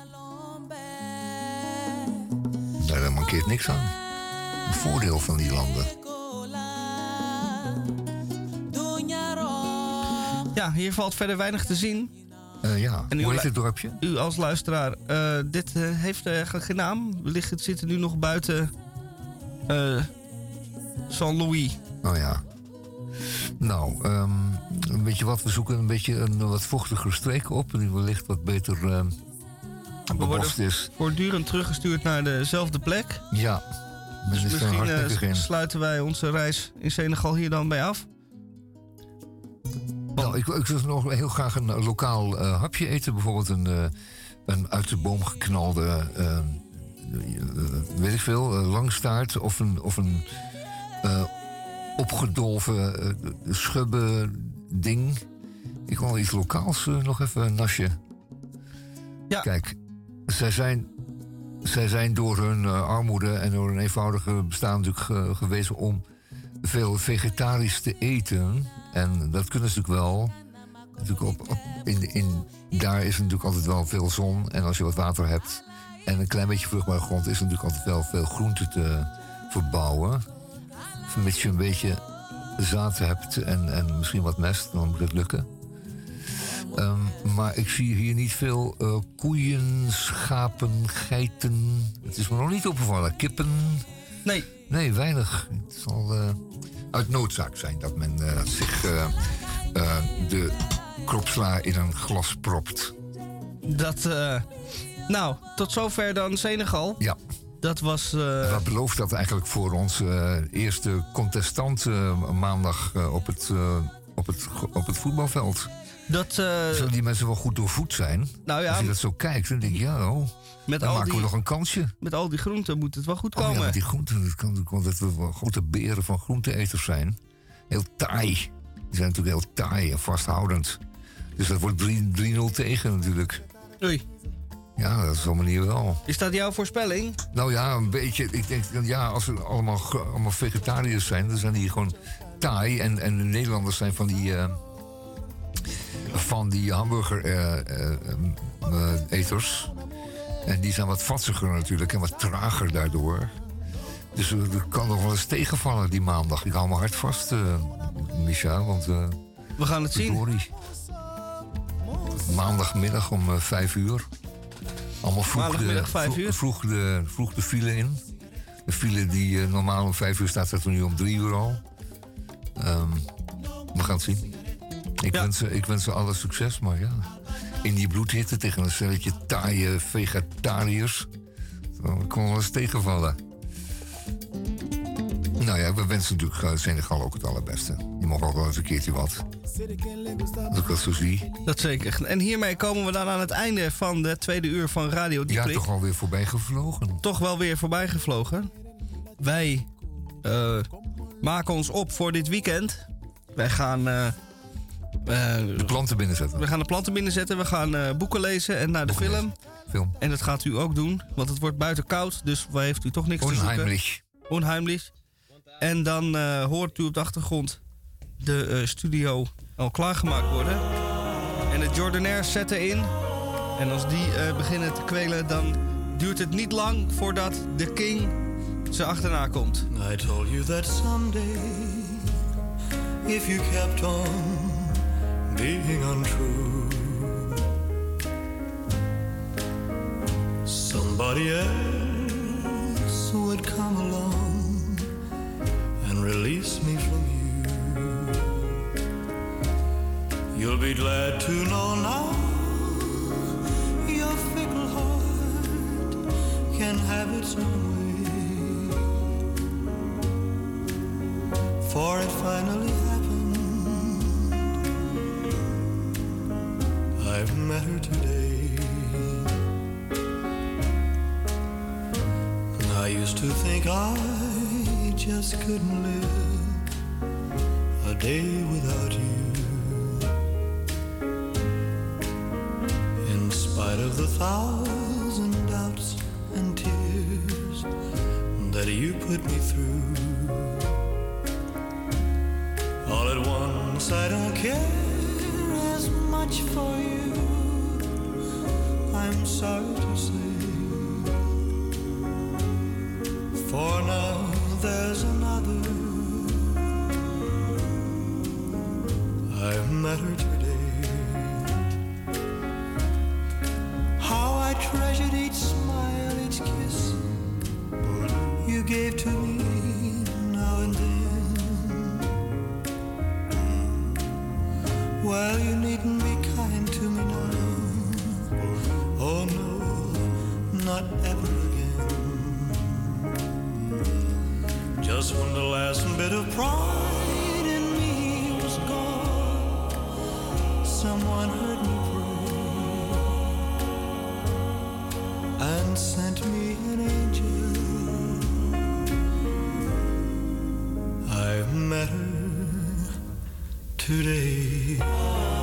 Nou, daar mankeert niks aan. Een voordeel van die landen.
Ja, hier valt verder weinig te zien.
Uh, ja, en hoe heet het dorpje?
U als luisteraar, uh, dit uh, heeft eigenlijk geen naam. We liggen, zitten nu nog buiten uh, Saint-Louis.
Oh ja. Nou, um, weet je wat, we zoeken een beetje een wat vochtiger streek op, die wellicht wat beter uh, bebost is.
Voortdurend teruggestuurd naar dezelfde plek.
Ja,
dus misschien uh, sluiten wij onze reis in Senegal hier dan bij af.
Nou, ik, ik wil nog heel graag een lokaal uh, hapje eten, bijvoorbeeld een, uh, een uit de boom geknalde, uh, uh, weet ik veel, uh, langstaart of een, of een uh, opgedolven uh, schubbe ding. Ik wil iets lokaals uh, nog even een nasje.
Ja.
Kijk, zij zijn, zij zijn door hun uh, armoede en door hun eenvoudige bestaan natuurlijk uh, gewezen om veel vegetarisch te eten. En dat kunnen ze natuurlijk wel. Natuurlijk op, op, in, in, daar is natuurlijk altijd wel veel zon. En als je wat water hebt en een klein beetje vruchtbare grond, is er natuurlijk altijd wel veel groente te verbouwen. Vermits je een beetje zaad hebt en, en misschien wat mest, dan moet het lukken. Um, maar ik zie hier niet veel uh, koeien, schapen, geiten. Het is me nog niet opgevallen. Kippen.
Nee.
Nee, weinig. Het zal uh, uit noodzaak zijn dat men uh, zich uh, uh, de kropsla in een glas propt.
Dat, uh, nou, tot zover dan Senegal.
Ja.
Dat was... Uh...
Wat belooft dat eigenlijk voor onze uh, eerste contestant uh, maandag uh, op, het, uh, op, het, op het voetbalveld?
Dat, uh...
Zullen die mensen wel goed doorvoed zijn?
Nou ja,
als je dat zo kijkt, dan denk je, ja, oh,
met
dan
al
maken
die,
we nog een kansje.
Met al die groenten moet het wel goed
oh,
komen.
Ja, met die groenten, dat kan ook, omdat we wel grote beren van groenteeters zijn. Heel taai. Die zijn natuurlijk heel taai en vasthoudend. Dus dat wordt drie nul tegen natuurlijk.
Oei.
Ja, dat is op een manier wel.
Is dat jouw voorspelling?
Nou ja, een beetje. Ik denk, ja, als we allemaal, allemaal vegetariërs zijn, dan zijn die gewoon taai. En, en de Nederlanders zijn van die... Uh, van die hamburger-eters. Uh, uh, uh, en die zijn wat vatsiger natuurlijk en wat trager daardoor. Dus uh, dat kan nog wel eens tegenvallen die maandag. Ik hou me hard vast, uh, Micha, want... Uh,
we gaan het zien.
Glorie. Maandagmiddag om uh, vijf uur. Allemaal vroeg de,
vijf uur.
Vroeg, de, vroeg de file in. De file die uh, normaal om vijf uur staat, staat er nu om drie uur al. Um, we gaan het zien. Ik, ja. wens, ik wens ze alle succes, maar ja. In die bloedhitte tegen een stelletje taaie vegetariërs. Dat kan wel eens tegenvallen. Nou ja, we wensen natuurlijk uh, Senegal ook het allerbeste. Die mag ook wel eens een keertje wat. Als ik dat zo zie.
Dat zeker. En hiermee komen we dan aan het einde van de tweede uur van Radio Dieprik.
Ja, toch alweer voorbij gevlogen.
Toch wel weer voorbij gevlogen. Wij uh, maken ons op voor dit weekend. Wij gaan... Uh,
Uh, de planten binnenzetten.
We gaan de planten binnenzetten. We gaan uh, boeken lezen en naar de
boeken
film.
film.
En dat gaat u ook doen. Want het wordt buiten koud. Dus waar heeft u toch niks
Onheimlich.
te zoeken. Onheimlich. En dan uh, hoort u op de achtergrond de uh, studio al klaargemaakt worden. En de Jordanaires zetten in. En als die uh, beginnen te kwelen, dan duurt het niet lang voordat de King ze achterna komt.
I told you that someday, if you kept on being untrue, somebody else would come along and release me from you. You'll be glad to know now your fickle heart can have its own way. For it finally happened. I've met her today. I used to think I just couldn't live a day without you. In spite of the thousand doubts and tears that you put me through. All at once I don't care as much for you. I'm sorry to say, for now there's another. I've met her today. How I treasured each smile, each kiss you gave to me now and then. Well, you needn't be kind to me now. Oh no, not ever again. Just when the last bit of pride in me was gone, someone heard me pray and sent me an angel. I've met her today.